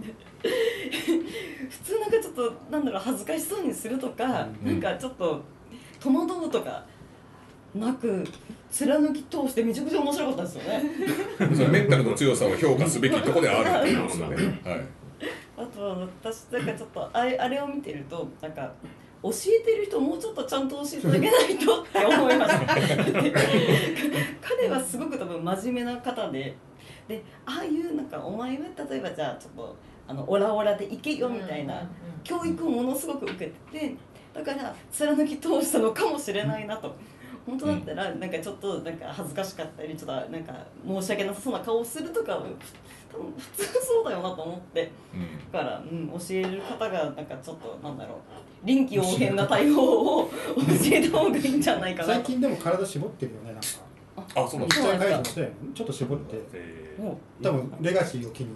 S2: 普通なんかちょっとなんだろう恥ずかしそうにするとか、うん、なんかちょっと戸惑うとかなく貫き通してめちゃくちゃ面白かったですよね。
S1: そのメンタルの強さを評価すべきところであるってことですよね。はい。
S2: あとは私なんかちょっとあれあれを見てるとなんか教えてる人もうちょっとちゃんと教えてあげないとって思いました。彼はすごく多分真面目な方で、でああいうなんかお前は例えばじゃあちょっとあのオラオラでいけよみたいな教育をものすごく受けてて、だから貫き通したのかもしれないなと。本当だったらなんかちょっとなんか恥ずかしかったりちょっとなんか申し訳なさそうな顔をするとか多分普通そうだよなと思って、うん、だから、うん、教える方がなんかちょっとなんだろう臨機応変な対応を教えた方がいいんじゃないかなと。
S5: 最近でも体絞ってるよねなんか。
S1: あ、そうなんです
S5: か。一回解除してちょっと絞って、多分レガシーを機に。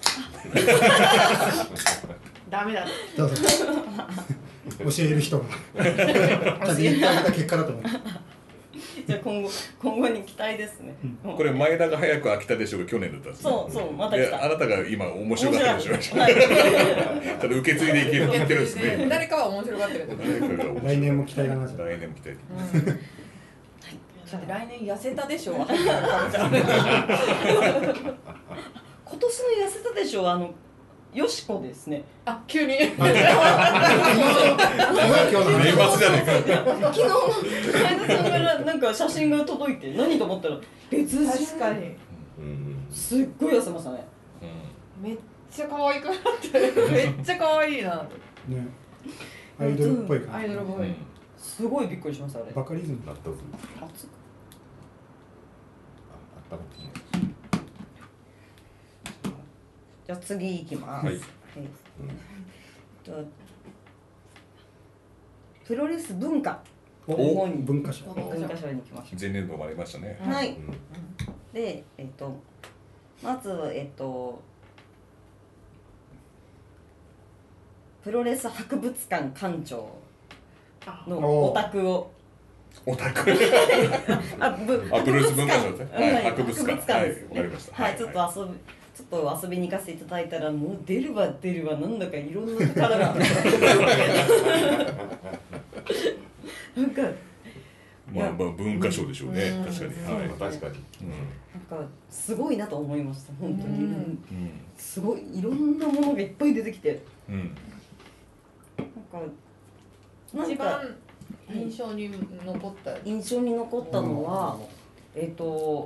S6: ダメだ。
S5: どうぞ。教える人が。ちゃんと言ってあげた結果だと思う。
S2: じゃあ今後今後に期待ですね。
S1: うん、これ前田が早く飽きたでしょうが去年だったんですね。
S2: そうそうまた来た。
S1: あなたが今面白がってるでしょ。ちゃんと受け継いでいけるって言ってるんですね。
S6: 誰かは面白がってる。
S5: 来年も期待がなさい。
S1: 来年も期待できます。
S6: 来年痩せたでしょう。今
S2: 年の痩せたでしょうあの。よしこですね。
S6: あ、急に。
S1: 年末じゃないか。
S2: 昨日前田さんからなんか写真が届いて何と思ったら別人。
S6: 確かに。
S2: すっごい痩せましたね。
S6: めっちゃ可愛くなってめっちゃ可愛いな。ね。
S5: アイドルっぽい感じ。
S6: アイドルっぽい。
S2: すごいびっくりしましたあれ。
S5: バカリズム
S3: だったぞ。
S2: あつ。
S3: あったかい。
S2: じゃあ次いきます。はい。はい、うん、プロレス文化。
S5: お文化賞。
S2: 文化賞に行きましょう。
S1: 前年度もありましたね。
S2: はい。うん、で、えっとまずえっとプロレス博物館館長のオタクを。
S1: オタク。
S2: あ、プ
S1: ロレス文化賞ですね。はい、博物館。
S2: はい、
S1: わかりました。
S2: はい、ちょっと遊び。ちょっと遊びに行かせていただいたらもう出るわ出るわなんだかいろんな宝がなんか
S1: まあまあ文化賞でしょうね確かにはい
S3: 確かに
S2: なんかすごいなと思いました本当にすごいいろんなものがいっぱい出てきて
S6: なんか一番印象に残った
S2: 印象に残ったのはえっと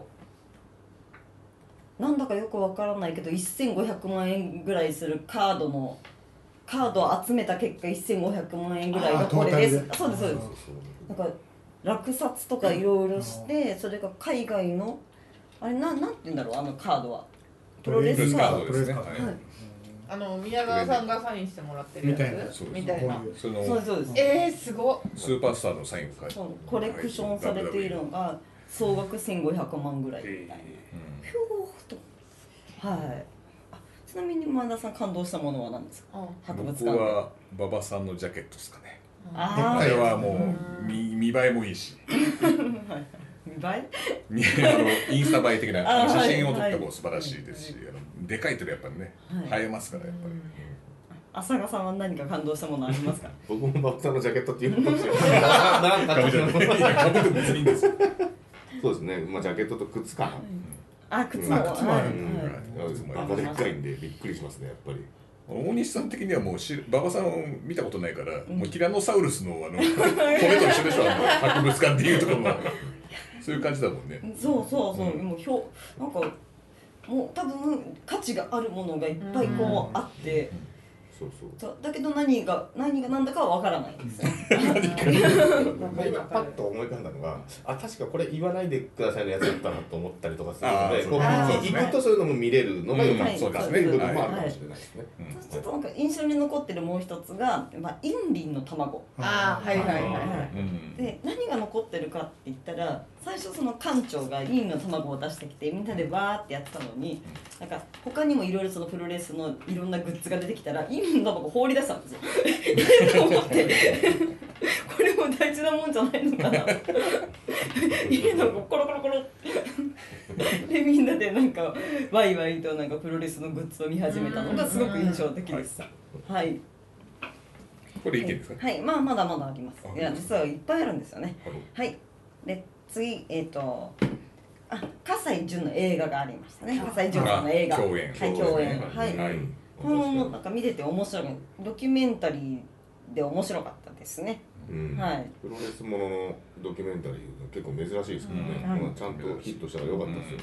S2: なんだかよくわからないけどせんごひゃくまんえんぐらいするカードのカードを集めた結果せんごひゃくまんえんぐらいがこれです。そうですそうです。なんか落札とかいろいろしてそれが海外のあれななんて言うんだろうあのカードは
S1: プロレスカードですね。
S6: あの宮川さんがサインしてもらってるやつみたいな。
S2: そうですそうです。
S6: えーすごい。
S1: スーパースターのサインを書いて
S2: コレクションされているのが総額せんごひゃくまんぐらいみたいな。ひょーとはい。あちなみに前田さん感動したものは何ですか？博物館。
S1: 僕は馬場さんのジャケットですかね。あれはもう見見栄えもいいし。
S2: 見栄え？
S1: あのインスタ映え的な写真を撮っても素晴らしいですし、あのでかいとやっぱりね映えますからやっぱり。
S2: 浅賀さんは何か感動したものありますか？
S3: 僕も馬場さんのジャケットっていうことですよ。なんかかぶって別にいいんです。そうですね。まあジャケットと靴かな。
S2: あ、靴もある。
S3: あれでっかいんでびっくりしますねやっぱり。
S1: 大西さん的にはもう馬場さんを見たことないから、もうティラノサウルスのあの骨と一緒でしょあの博物館っていうところのそういう感じだもんね。
S2: そうそうそう。もうひょなんかもう多分価値があるものがいっぱいこうあって。
S3: そうそう
S2: だけど何が何が何だかは分からないんですよ。
S3: 今パッと思い浮かんだのが、あ確かこれ言わないでくださいのやつだったなと思ったりとかするので、こう行くとそういうのも見れるのが良かったですね。部分もあるかもしれないですね。
S2: ちょっとなんか印象に残ってるもう一つが、まあインリンの卵。
S6: ああはいはいはいはい。
S2: で何が残ってるかって言ったら、最初その館長がインの卵を出してきてみんなでバーってやってたのに、なんか他にもいろいろそのプロレスのいろんなグッズが出てきたらインの卵放り出したんですよ。と思ってこれも大事なもんじゃないのかな。インのコロコロコロでみんなでなんかワイワイとなんかプロレスのグッズを見始めたのがすごく印象的でした。はい。
S1: これいいですか？
S2: はい、まあまだまだあります。いや実はいっぱいあるんですよね。はい。で次えっ、ー、とあ葛西潤の映画がありましたね。葛西潤さんの映画、
S1: 共演、
S2: はい共演、はい。はい、これもなんか見てて面白い、ドキュメンタリーで面白かったですね。
S3: うん、はい。プロレスもののドキュメンタリー結構珍しいですけどね。うん、まあちゃんとヒットしたら良かったですよね。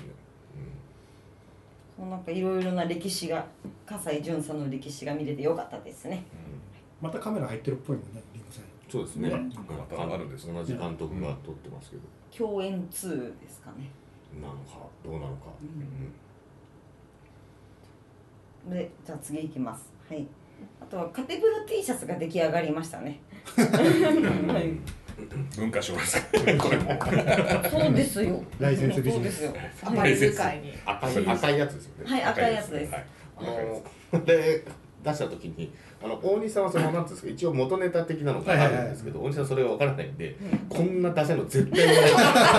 S2: うんうん、なんかいろいろな歴史が葛西潤さんの歴史が見れて良かったですね。
S5: うん、またカメラ入ってるっぽいもんね。
S3: そうですね。
S1: またあるんです。
S3: 同じ監督が撮ってますけど。
S2: 共演ツーですかね。
S3: なのかどうなのか。
S2: うん、でじゃあ次いきます。はい。あとはカテブラ T シャツが出来上がりましたね。はい。
S1: 文化賞ですこれも。
S2: そうですよ。
S5: ライセンスビジネス。
S6: 赤い使いに
S3: 赤い赤いやつですよね。
S2: はい、赤いやつです。
S3: あので出した時にあの大西さんはそのなんていうんですか一応元ネタ的なのがあるんですけど、大西さんそれが分からないんで、こんな出せるの絶対ない。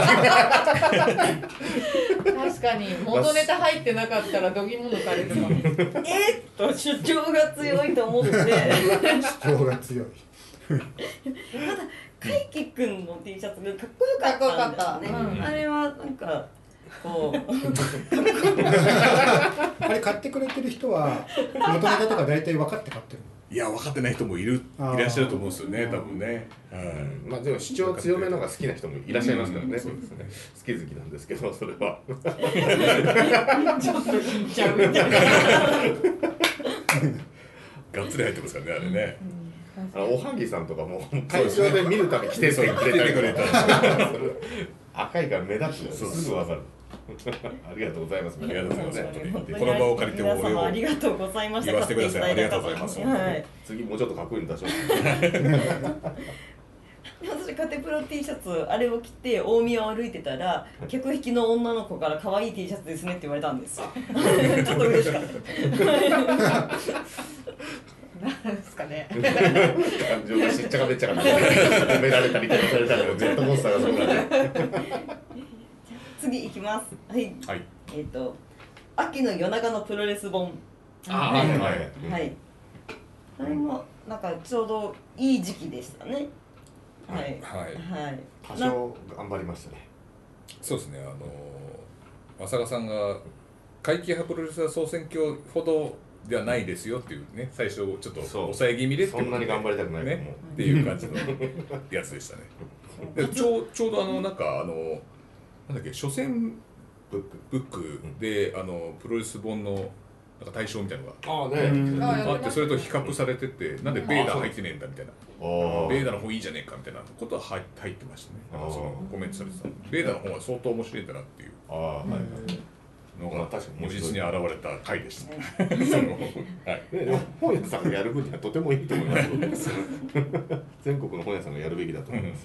S6: 確かに元ネタ入ってなかったらどぎも抜かれるかも。
S2: えっと主張が強いと思って。
S5: 主張が強い。
S2: ただ海輝くんの T シャツがかっこよかったんですね。うん、あれはなんか。こう
S5: あれ買ってくれてる人は元ネタとか大体分かって買ってるの？
S1: いや分かってない人もいるいらっしゃると思うんですよね、多分ね。
S3: うん、まあでも主張強めのが好きな人もいらっしゃいますからね。そうですね。好き好きなんですけどそれは。
S6: ちょっと引いちゃうみたいな。
S1: がっつり入ってますからねあれね。
S3: あのおはぎさんとかも会場で見るために来てくれたり赤いから目立つのすぐ分かる。ありがとうございます。
S1: ありがとうございます。この場を借りてお礼を
S2: ありがとうございました。
S1: 言わせてください。ありがとうございます。
S2: はい。
S3: 次もうちょっとかっこいいの出しよう。
S2: 私カテプロ T シャツあれを着て大宮を歩いてたら客引きの女の子から可愛い T シャツですねって言われたんですよ。ちょっと嬉しかった。
S6: なんですかね。
S3: 感情がしっちゃかめっちゃか褒められたりとかされたりもジェットコースターがそうなんで。
S2: 次いきます。はい。
S1: はい。
S2: えっと秋の夜長のプロレス本。
S3: ああはい
S2: はい。あれもなんかちょうどいい時期でしたね。はい。
S1: はい。
S2: はい。
S3: 多少頑張りましたね。
S1: そうですね。あの浅賀さんが怪奇派プロレスラー総選挙ほどではないですよっていうね、最初ちょっと抑え気味で
S3: そんなに頑張りたくない
S1: ねっていう感じのやつでしたね。でちょうちょうどあのなんかあのなんだっけ初戦ブックブックであのプロレス本のなんか対象みたいなのが
S3: あね
S1: あってそれと比較されててなんでベーダー入ってねえんだみたいなベーダーの方いいじゃねえかみたいなことは入入ってましたね。そのコメントされてたベーダーの方は相当面白いんだなっていう。ああはいはい。のが確かに文字に現れた回でした。そのはい。
S3: 本屋さんがやる分にはとてもいいと思います。全国の本屋さんがやるべきだと思います。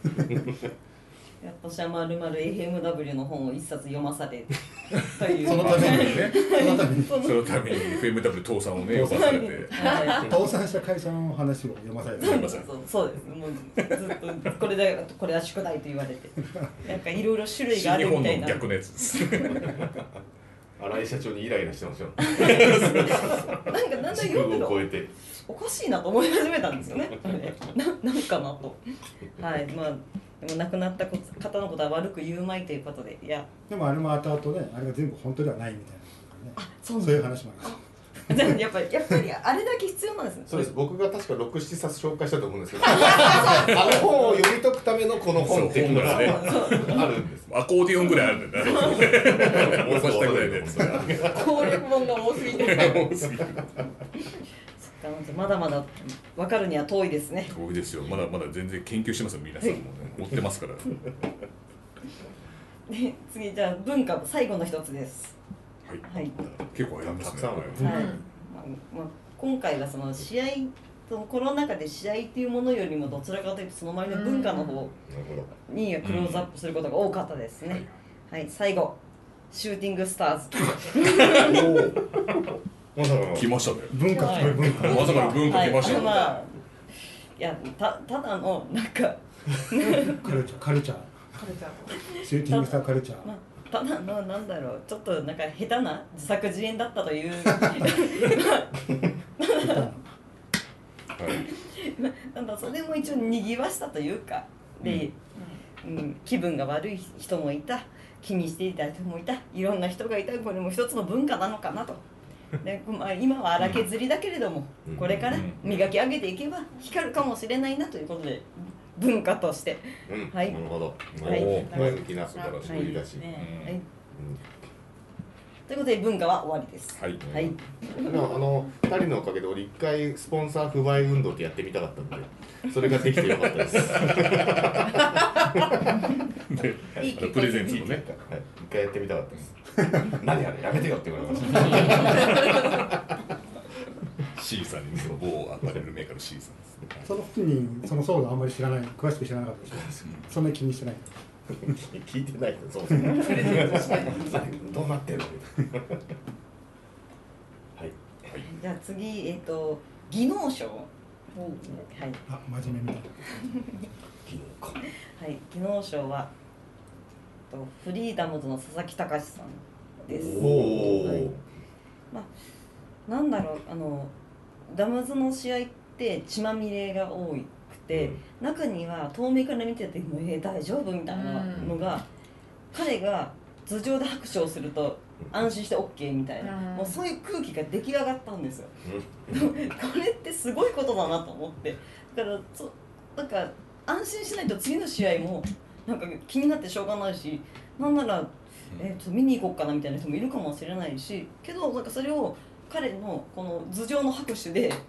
S2: 私はまるまる エフエムダブリュー の本を一冊読まされという
S1: そのためにねそのために エフエムダブリュー 倒産をね読まされて
S5: 倒産した会社の話を読まされて
S2: そうそうですもうずっとこれだこれは宿題と言われてなんかいろいろ種類があるみたいな
S1: 新日本の逆のやつです
S3: 新井社長にイライラしてますよ
S2: なんかだんだん読むのおかしいなと思い始めたんですよねな, なんかなとはいまあでも亡くなった方のことは悪く言うまいということでいや
S5: でもあれも後々ねあれが全部本当ではないみたいな、ね、
S2: あそう
S5: そういう話もある
S2: やっぱりやっぱりあれだけ必要なんですね。
S3: そうです。僕が確か六七冊紹介したと思うんですけど、あの本を読み解くためのこの本っていうのがねあるんです。
S1: アコーディオンぐらいあるんだね。大さしたぐらいで。
S6: 攻略本が多すぎて。
S2: まだまだ分かるには遠いですね。
S1: 遠いですよ。まだまだ全然研究してますよ皆さんもね。持ってますから。
S2: で次じゃあ文化最後の一つです。
S1: はい。結構ありますね。はい。
S2: まあまあ今回はその試合そのコロナ禍で試合っていうものよりもどちらかというとその周りの文化の方にクローズアップすることが多かったですね。はい。最後シューティングスターズ。
S1: 来ましたね。
S5: 文化すごい文化。
S1: まさかの文化来ましたね。
S2: まあいやたただのなんか
S5: カルチャーカルチャーシューティングスターカルチャー。
S2: ただのなんだろうちょっとなんか下手な自作自演だったというなんだそれも一応にぎわしたというかで、 うん、気分が悪い人もいた、気にしていた人もいた、いろんな人がいた。これも一つの文化なのかなと。で、まあ、今は荒削りだけれども、これから磨き上げていけば光るかもしれないなということで、文化として、
S3: うん、
S2: はい、
S3: なるほど。
S2: はい、
S3: 前向きな素晴らしい言い出し。
S2: はい。ということで文化は終わりです。
S1: はい。
S2: はい。
S3: でもあのふたりのおかげで俺一回スポンサー不買運動ってやってみたかったんで、それができてよかったです。
S1: いいプレゼントもね。
S3: はい。一回やってみたかったです。何やれやめてよって言われました。
S1: C さんにね、某アパレルメーカーの C さんです。
S5: その本人その騒動あんまり知らない、詳しく知らなかったでしょ。そんなに気にしてない。
S3: 聞いてないそうそう。どうなってるの？はい。
S2: じゃあ次、えっと技能賞。はい。
S5: あ、真面目みたいな。
S3: 技能か。
S2: はい、技能賞はとフリーダムズの佐々木隆さんです。
S3: おお、
S2: はい。まあなんだろう、あのダムズの試合って血まみれが多い。で、うん、中には遠目から見ててもえー、大丈夫みたいなのが、うん、彼が頭上で拍手をすると安心して オーケー みたいな、うん、もうそういう空気が出来上がったんですよ、うん、これってすごいことだなと思って、だからそなんか安心しないと次の試合もなんか気になってしょうがないし、なんなら、えー、と見に行こうかなみたいな人もいるかもしれないし、けどなんかそれを彼のこの頭上の拍手で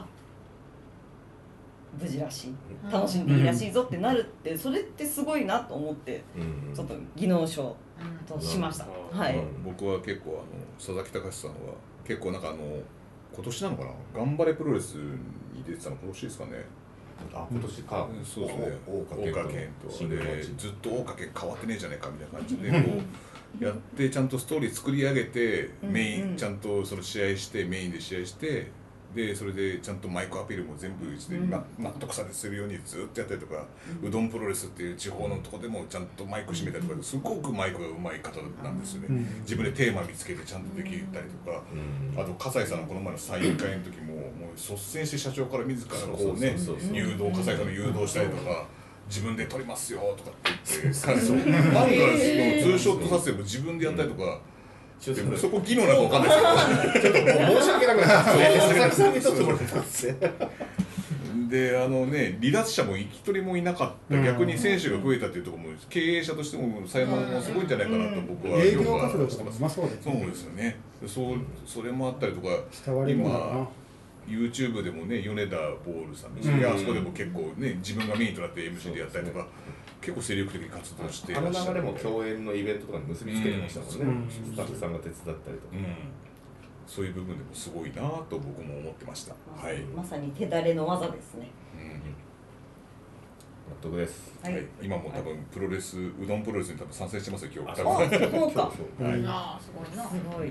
S2: 無事らしい、楽しんでいいらしいぞってなるって、それってすごいなと思って、ちょっと技能賞としました。はい。
S1: 僕は結構あの佐々木隆さんは結構なんかあの今年なのかな、頑張れプロレスに出てたの今年ですかね。
S3: あ、今年か。
S1: そうですね。大岡健とでずっと大岡健変わってねえじゃねえかみたいな感じでこうやってちゃんとストーリー作り上げてメインちゃんとその試合してメインで試合して。でそれでちゃんとマイクアピールも全部一で納得させるようにずっとやったりとか、うん、うどんプロレスっていう地方のとこでもちゃんとマイク閉めたりとかすごくマイクがうまい方なんですよね、うん、自分でテーマ見つけてちゃんとできたりとか、うん、あと葛西さんのこの前のサイン会の時ももう率先して社長から自らこうね誘導葛西さんの誘導したりとか。自分で撮りますよとかって言って、彼女漫画のツーショット撮影も自分でやったりとか。でもそこ技能なのかわかんないですけど、ちょっともう申し訳なくなっちゃって、佐々木さんにとってもらったんですよ。で、あのね、離脱者も一人もいなかった、逆に選手が増えたっていうところも経営者としても才能もすごいんじゃないかなと僕は
S5: 営業活動とかもうまそうです
S1: ね。そうですよね。そうそれもあったりとか、今YouTube でもね、米田ボールさんですね、あそこでも結構ね、自分がメインとなって エムシー でやったりとか。結構精力的に活動していらっしゃる。あの流れも共演のイベントとかに結びつけてましたもんね、スタッフさんが手伝ったりとか、うん、そういう部分でもすごいなと僕も思ってました、はい、
S2: まさに手だれの技ですね、うん、
S3: 納得です、
S1: はいはい、今も多分プロレス、うどんプロレスに多分参戦してますよ今日。
S2: あ、そうか、そうか、はい、
S6: あすごいな、
S2: すごい、うん、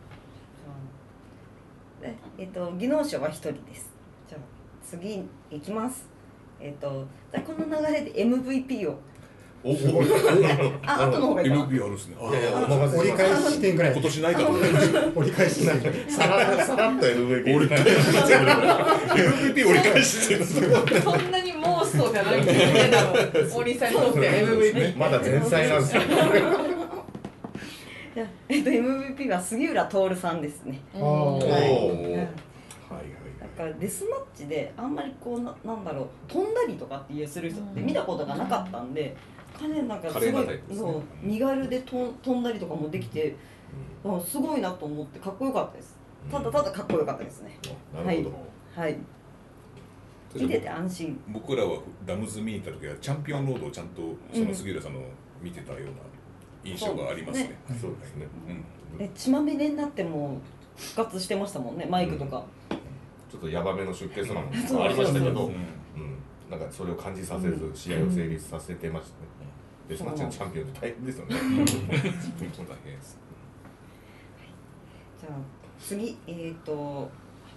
S2: ええっと技能賞は一人です。じゃあ次いきます。えっと、じゃあこの流れで エムブイピー を
S1: おお
S2: あ、あとの方がいいかな。
S1: エムブイピー あるんですね。
S5: いやいや、折り返し点ぐらい。
S1: 今年ないかと思いました。
S5: 折り返し点。
S3: さらさらっと エムブイピー。
S1: 折り返し点。エムブイピー 折り返し点。
S6: そんなにモンストじゃないんですよね。多分森さんにとって エムブイピー。
S3: まだ前菜なんですよ。
S2: じゃあえっと エムブイピー は杉浦徹さんですね。
S3: おお。
S2: デスマッチであんまりこう な, なんだろう飛んだりとかっていうする人って見たことがなかったんで、彼なんかすごい、ね、身軽でと飛んだりとかもできて、うん、すごいなと思ってかっこよかったです。ただただかっこよかったですね。
S3: うん、なるほど。
S2: はい。はい、見てて安心。
S1: 僕らはダムズ見に行った時はチャンピオンロードをちゃんとその杉浦さんの見てたような印象がありますね。
S3: そうですね。
S2: うん、で血まみれになっても復活してましたもんね、マイクとか。うん、
S3: ちょっとヤバめの出血とかもありましたけど、うん、なんかそれを感じさせず試合を成立させてましたね。デスマッチのチャンピオンって大変ですよね。本当大変です。
S2: じゃあ次、えっとこ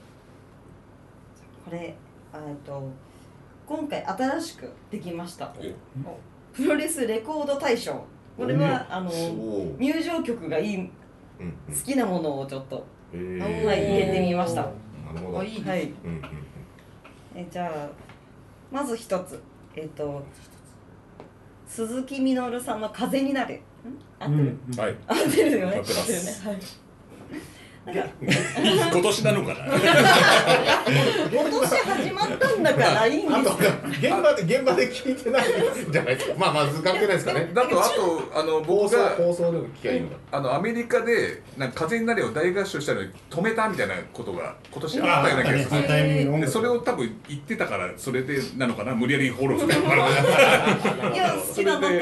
S2: れえっと今回新しくできましたプロレスレコード大賞。これはあの入場曲がいい、好きなものをちょっと、はい、入れてみました。
S6: あ、いいです。
S2: はい。えじゃあまず一つ、えっと鈴木みのるさんの風になる。合ってる？
S1: はい。
S2: 合ってるよね。
S1: 合ってます。
S2: はい。なんか
S1: 今年なのかな。今
S2: 年始まったんだからいいんですよ。
S3: 現場で現場で聞いてないじゃないですか。まあまあ関係ないですかね。
S1: だとあとあの僕が
S3: 放送でも聞きゃいいのか。
S1: あのアメリカでなんか風になれを大合唱したのに止めたみたいなことが今年あったような気がする。でそれを多分言ってたからそれでなのかな、無理やりフォローする。い
S2: や好きだなと思って。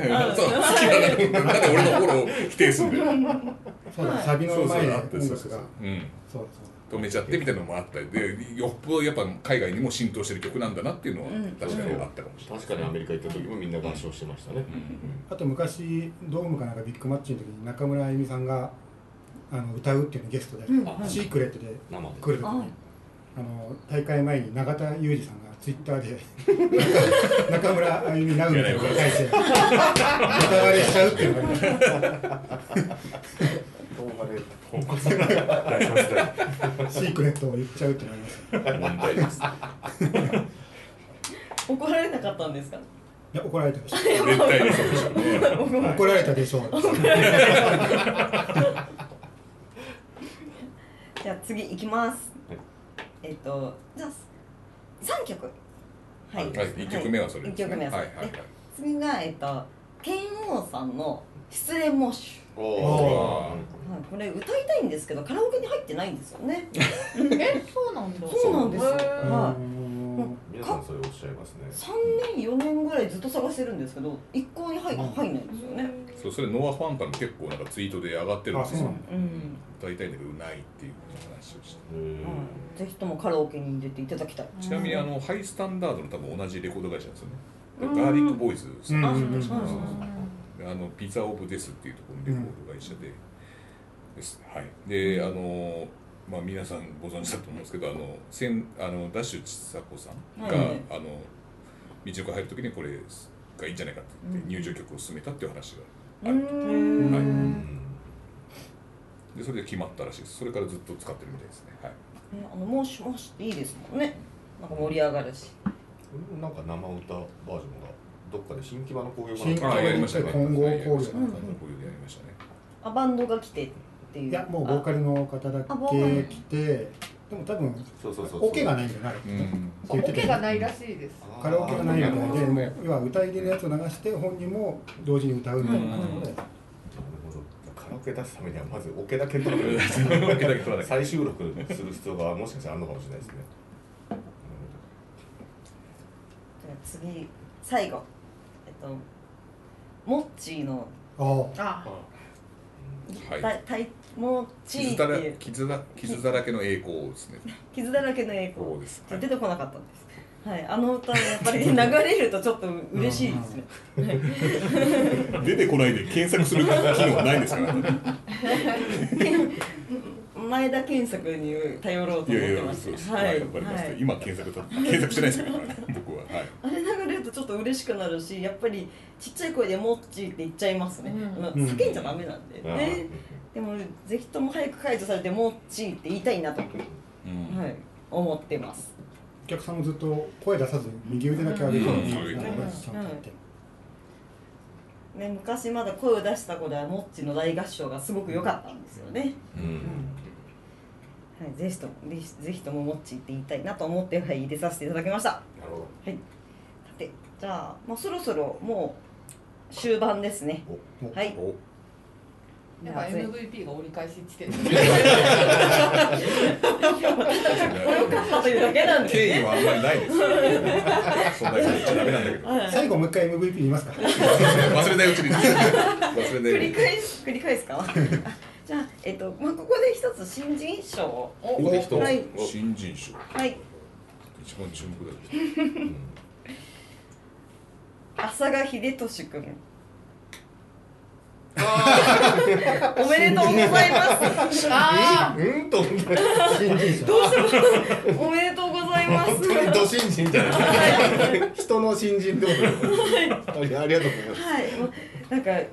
S1: そう好きだなと思って。なんで俺のフォローを否定するんだよ。
S5: そうだ、サビの前に音楽が
S1: 止めちゃってみたいなのもあったりで、よっぽどやっぱ海外にも浸透してる曲なんだなっていうのは確かにあったかもしれない。
S3: 確かにアメリカ行った時もみんな合唱してましたね。
S5: あと昔ドームかなんかビッグマッチの時に中村あゆみさんがあの歌うっていうのゲストで、シークレットで来る時にあの大会前に永田裕二さんがツイッターで中村あゆみナウみたいなのを書いてネタバレしちゃうっていうのがありました。シークレットを言っちゃうってなりました。
S2: 怒られなかったんですか？
S5: いや、怒られたでしょ。
S1: 絶対にそうでしょうね。
S5: 怒られたでしょう。
S2: じゃあ次いきます。えっとじゃあ三曲。はい。
S1: 一曲目はそれ。
S2: 一曲目はそれ。
S1: はいはいはい。
S2: 次がえっと剣王さんの失恋モッシュ。
S1: おお。
S2: これ歌いたいんですけどカラオケに入ってないんですよね。
S6: え、そうなんだ。
S2: そうなんですよ。はい。
S3: 皆さんそれおっしゃいますね。
S2: 三年四年ぐらいずっと探してるんですけど一向に入入んないんですよね。
S1: そう、それノアファンからも結構なんかツイートで上がってるんですよ。
S2: うん。
S1: 歌いたいんだけどないっていう話をして。
S2: ぜひともカラオケに入れていただきたい。
S1: ちなみにあのハイスタンダードの多分同じレコード会社ですよね。ガーリックボーイズさん。あのピザオブデスっていうところのレコード会社で。です。はい。で、あのまあ皆さんご存知だと思うんですけど、あのせんあのダッシュちさ子さんが、はい、あの道岡入る時にこれがいいんじゃないかって言って入場曲を進めたっていう話があると。はい。でそれで決まったらしいです。それからずっと使ってるみたいですね。はい。
S2: えあのもしもしっていいですもんね。なんか盛り上がるし。
S3: なんか生歌バージョンがどっかで新木場の工業
S5: 新木場の
S1: やりましたね。
S5: 混合工業
S1: 工業でやりましたね。
S2: あバンドが来て。
S5: いやもうボーカルの方だけ来て、でも多分オケがないんじゃないの？
S6: オケがないらしいです。
S5: カラオケがないみたいで、もう要は歌い入れのやつを流して本人も同時に歌うみたいな感じで。
S3: カラオケ出すためにはまずオケだけ取る。再収録する必要がもしかしたらあるのかもしれないですね。
S2: じゃあ次最後えっとモッチーの
S5: あ
S1: はい、
S2: たいもうチーっていう
S1: 傷だ傷だらけの栄光ですね。
S2: 傷だらけの栄光
S1: です。
S2: 出てこなかったんです。はい、あの歌やっぱり流れるとちょっと嬉しいですね。
S1: 出てこないで検索する機能はないんですから。
S2: 前田検索に頼ろうと思ってました。はい、
S1: 今検索検索してないですけど、僕は。はい。
S2: あれ流れるとちょっと嬉しくなるし、やっぱりちっちゃい声でモッチーって言っちゃいますね。叫んじゃダメなんでね。でもぜひとも早く解除されてモッチーって言いたいなと、はい思ってます。
S5: お客さんもずっと声出さずに右腕だけ上げてる。
S2: ね、昔まだ声を出した子ではモッチーの大合唱がすごく良かったんですよね。はい、ぜひともぜひともモッチーって言いたいなと思って、はい、入れさせていただきました。
S3: なるほど。
S2: はい。さて、じゃあもうそろそろもう終盤ですね。はい。
S6: やっぱ エムブイピー が折り返し地点。
S2: よかったというだけなんですね。
S1: 経緯はあんまりないです。そんなこと言っちゃダメなんだけど。
S5: 最後もう一回 エムブイピー 言いますか。
S1: 忘れないうちに。忘れない。
S2: 繰り返す繰り返すか。じゃあえっとまあここで一つ新人賞を。
S1: ここで一つ
S2: はい
S1: 新人賞。
S2: はい。
S1: 一番注目
S2: だ。浅賀秀俊君。おめでとうございます。
S3: ああ、うんと新人賞。
S2: どうしてもおめでとうございます。
S3: 本当にど新人じゃない。人の新人ってことです。ありがとうございます。
S2: はい、なんか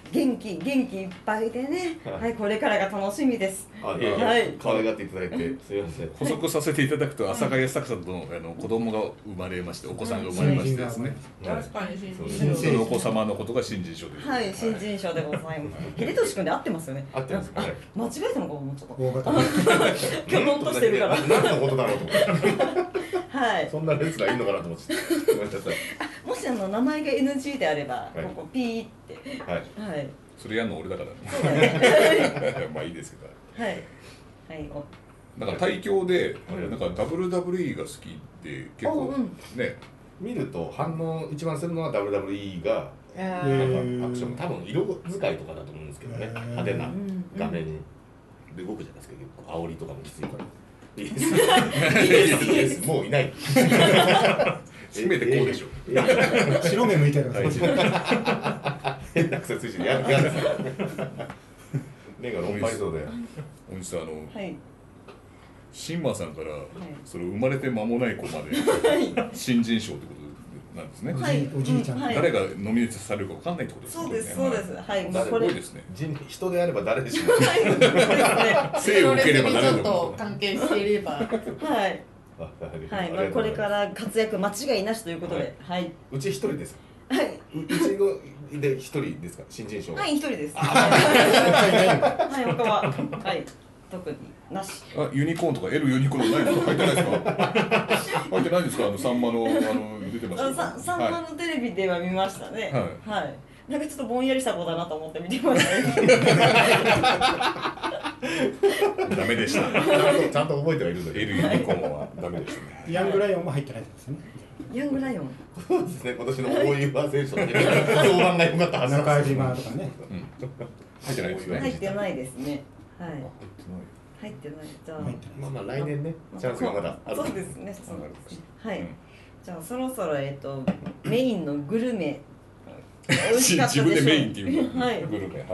S2: 元気元気いっぱいでね、はい、これからが楽しみです。
S3: あ、いやいや、
S2: はい、
S3: 可愛がっていただいてすみません。
S1: 補足させていただくと、朝霞康隆さんとのあの子供が生まれまして、お子さんが生まれましてですね。
S6: 確かに新
S1: 人賞。そのお子様のことが新人賞です。
S2: はい、新人賞でございます。秀俊君で合ってますよね。
S3: 合ってます。
S2: あ、間違えたのかもちょっと。
S5: 大型。
S2: きょとんとしてるから。
S3: 何のことだろうと思って。
S2: はい。
S3: そんなレスラーいいのかなと思って。ごめんなさい。
S2: もしあの名前が エヌジー であれば、
S3: はい、
S2: ここピーって。
S3: はい。
S2: はい。
S1: それやんの俺だからね。まあいいですけど。はい。はい。だから対響で、なんか ダブリューダブリューイー が好きって結構ね。
S3: 見ると反応一番するのは ダブリューダブリューイー がなんかアクション、多分色使いとかだと思うんですけどね、派手な画面で動くじゃないですか。結構煽りとかもきついから。いいですいいですもういない。
S1: せめてこうでしょ。
S5: 白目向いてる。
S3: 変な癖ついてる。ややです。目が論破りそうで。
S1: おじさんあの。新馬さんからそれ生まれて間もない子まで新人賞ってことなんですね。
S2: はい、
S5: おじいちゃん。
S1: 誰がノミネートされるかわかんないってことですね。
S2: そうですそうです。はい、
S1: すごいですね。
S3: 人であれば誰でしょう。
S1: 生を受ければ誰でも。
S6: ちょっと関係していれば。はい。
S2: はい、まあこれから活躍間違いなしということで、はい。
S3: うち一人ですか。
S2: はい。
S3: うちので一人ですか、新人賞。
S2: はい、一人です。はい、他ははい。特になし。
S1: あ、ユニコーンとか L ユニコーンないですか？入ってないですか？入ってないですか？あのサンマのあの出てました。
S2: サンマのテレビでは見ましたね。はい。なんかちょっとぼんやりした子だなと思って見てました。
S1: ダメでした。
S3: ちゃんと覚えてはいるんだけど。
S1: L ユニコーンはダメでしたね。
S5: ヤングライオンも入ってないですね。
S2: ヤングライオン。
S3: そうですね。今年の大岩選手の評判が良かったはず。
S5: 中島とかね。
S1: 入ってないですね。
S2: 入ってないですね。はい。入ってない。じゃあ、
S3: まあまあ来年ね、チャンスがまだある。
S2: そうですね。はい。じゃあそろそろえっとメインのグルメ美味しかったでしょう。
S1: 自分でメインっていう
S2: はい。
S1: グルメはい。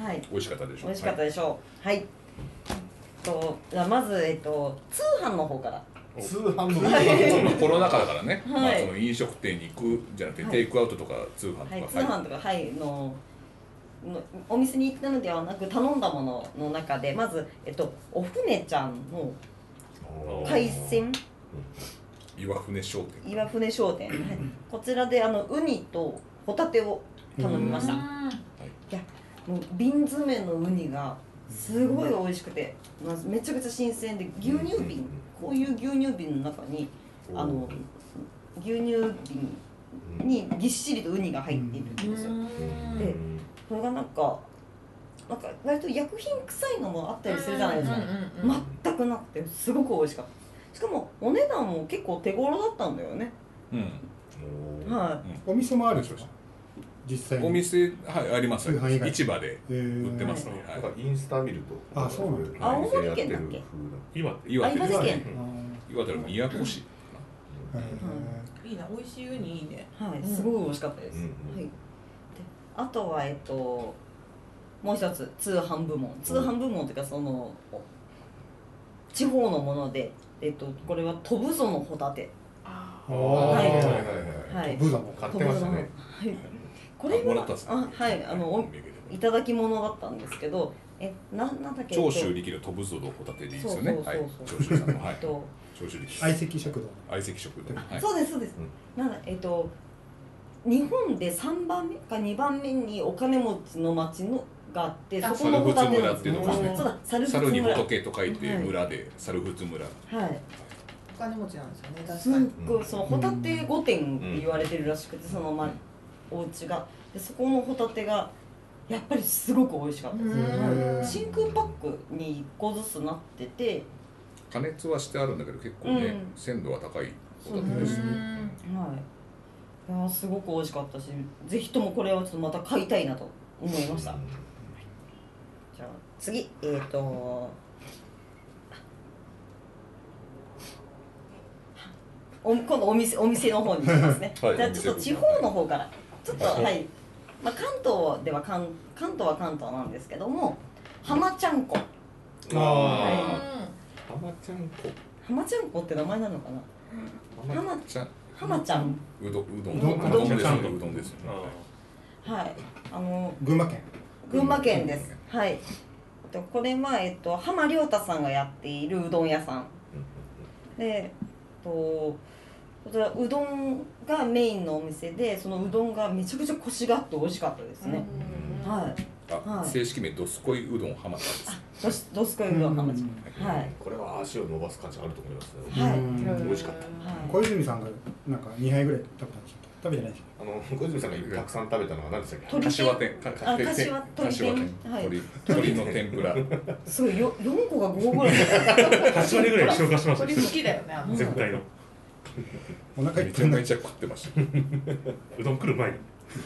S2: はい。
S1: 美味しかったでしょう。
S2: 美味しかったでしょう。はい。とじゃあまずえっと通販の方から。
S3: 通販の
S1: コロナ禍だからね。まあその飲食店に行くじゃなくてテイクアウトとか通販とか。
S2: はい。通販とかはいの。お店に行ったのではなく頼んだものの中でまず、えっと、お船ちゃんの海鮮
S1: 岩船商店
S2: 岩船商店、はい、こちらであのウニとホタテを頼みました。いやもう瓶詰めのウニがすごい美味しくてめちゃくちゃ新鮮で牛乳瓶こういう牛乳瓶の中にあの牛乳瓶にぎっしりとウニが入っているんですよ。でそれがなんか、なんか割と薬品臭いのもあったりするじゃないですか。全くなくてすごく美味しかった。しかもお値段も結構手頃だったんだよね。うん。はい。
S5: お店もあるんですか？実際に。
S1: お店はいあります。市場で売ってますね。
S3: なんかインスタ見ると。
S5: あ、そうなん
S2: だ。青森県だっけ？
S1: 岩手。
S2: 岩手県。
S1: 岩手の宮古市。
S6: いいな、美味しいウニいいね。
S2: はい、すごい美味しかったです。はい。あとはえっともう一つ通販部門通販部門というかその地方のものでえっとこれは飛ぶぞのホタテ。
S3: はいはいはい。飛ぶぞも買ってましたね。はい。
S2: これはあはいあのいただき物だったんですけどえなんなんだっけ。
S1: 長州力の飛ぶぞのホタテでいいですよね。はい。長州さんのはい。長州力。
S5: 相席食堂。
S1: 相席食堂。
S2: そうですそうです。なんだえっと。日本でさんばんめかにばんめにお金持ちの町のがあってそこのホタテなんですね。そうだ、猿
S1: 猿に仏と書いて村で猿仏村。
S2: はい。
S6: お金持ちなんですよね。確
S2: かに。すっごいそのホタテ御殿って言われてるらしくてそのまお家がでそこのホタテがやっぱりすごく美味しかったです。真空パックにいっこずつなってて。
S1: 加熱はしてあるんだけど結構ね鮮度は高いホタテです。はい。
S2: いやすごく美味しかったし、ぜひともこれをちょっとまた買いたいなと思いました。じゃあ次えっ、ー、とお今度お店お店の方に行きますね。はい、じゃあちょっと地方の方からちょっとはい、まあ関東では関関東は関東なんですけども、浜ちゃんこ。
S3: ああ。浜ちゃんこ。
S2: 浜ちゃんこって名前なのかな。浜ちゃん。浜ちゃん。
S1: うどんうどんうどんですよね。うどんですよね。
S2: はい、あの
S5: 群馬県
S2: 群馬県です。はい。これはえっと浜亮太さんがやっているうどん屋さんで、えっとこちらうどんがメインのお店で、そのうどんがめちゃくちゃコシがあって美味しかったですね。はい。
S1: あ、はい、正式名どすこいうどん浜田です。
S2: どすどすこいうどん浜田。はい。
S3: これは足を伸ばす価値あると思いますね。
S2: はい。
S3: 美味しかった。
S5: 小泉さんがなんかにはいぐらい食べたんですよ。食べてないですか。
S3: あの小泉さんがたくさん食べたのは何でしたっけ？
S1: 柏天。
S2: あ、柏
S1: 柏天。鶏鶏の天ぷら。
S2: すごいよ四個が五個ぐらい。
S4: 八割ぐらい消化しました。
S6: 鶏好きだよね。
S4: 絶対の。
S5: お腹
S1: めちゃめちゃ食ってました。
S4: うどん来る前に。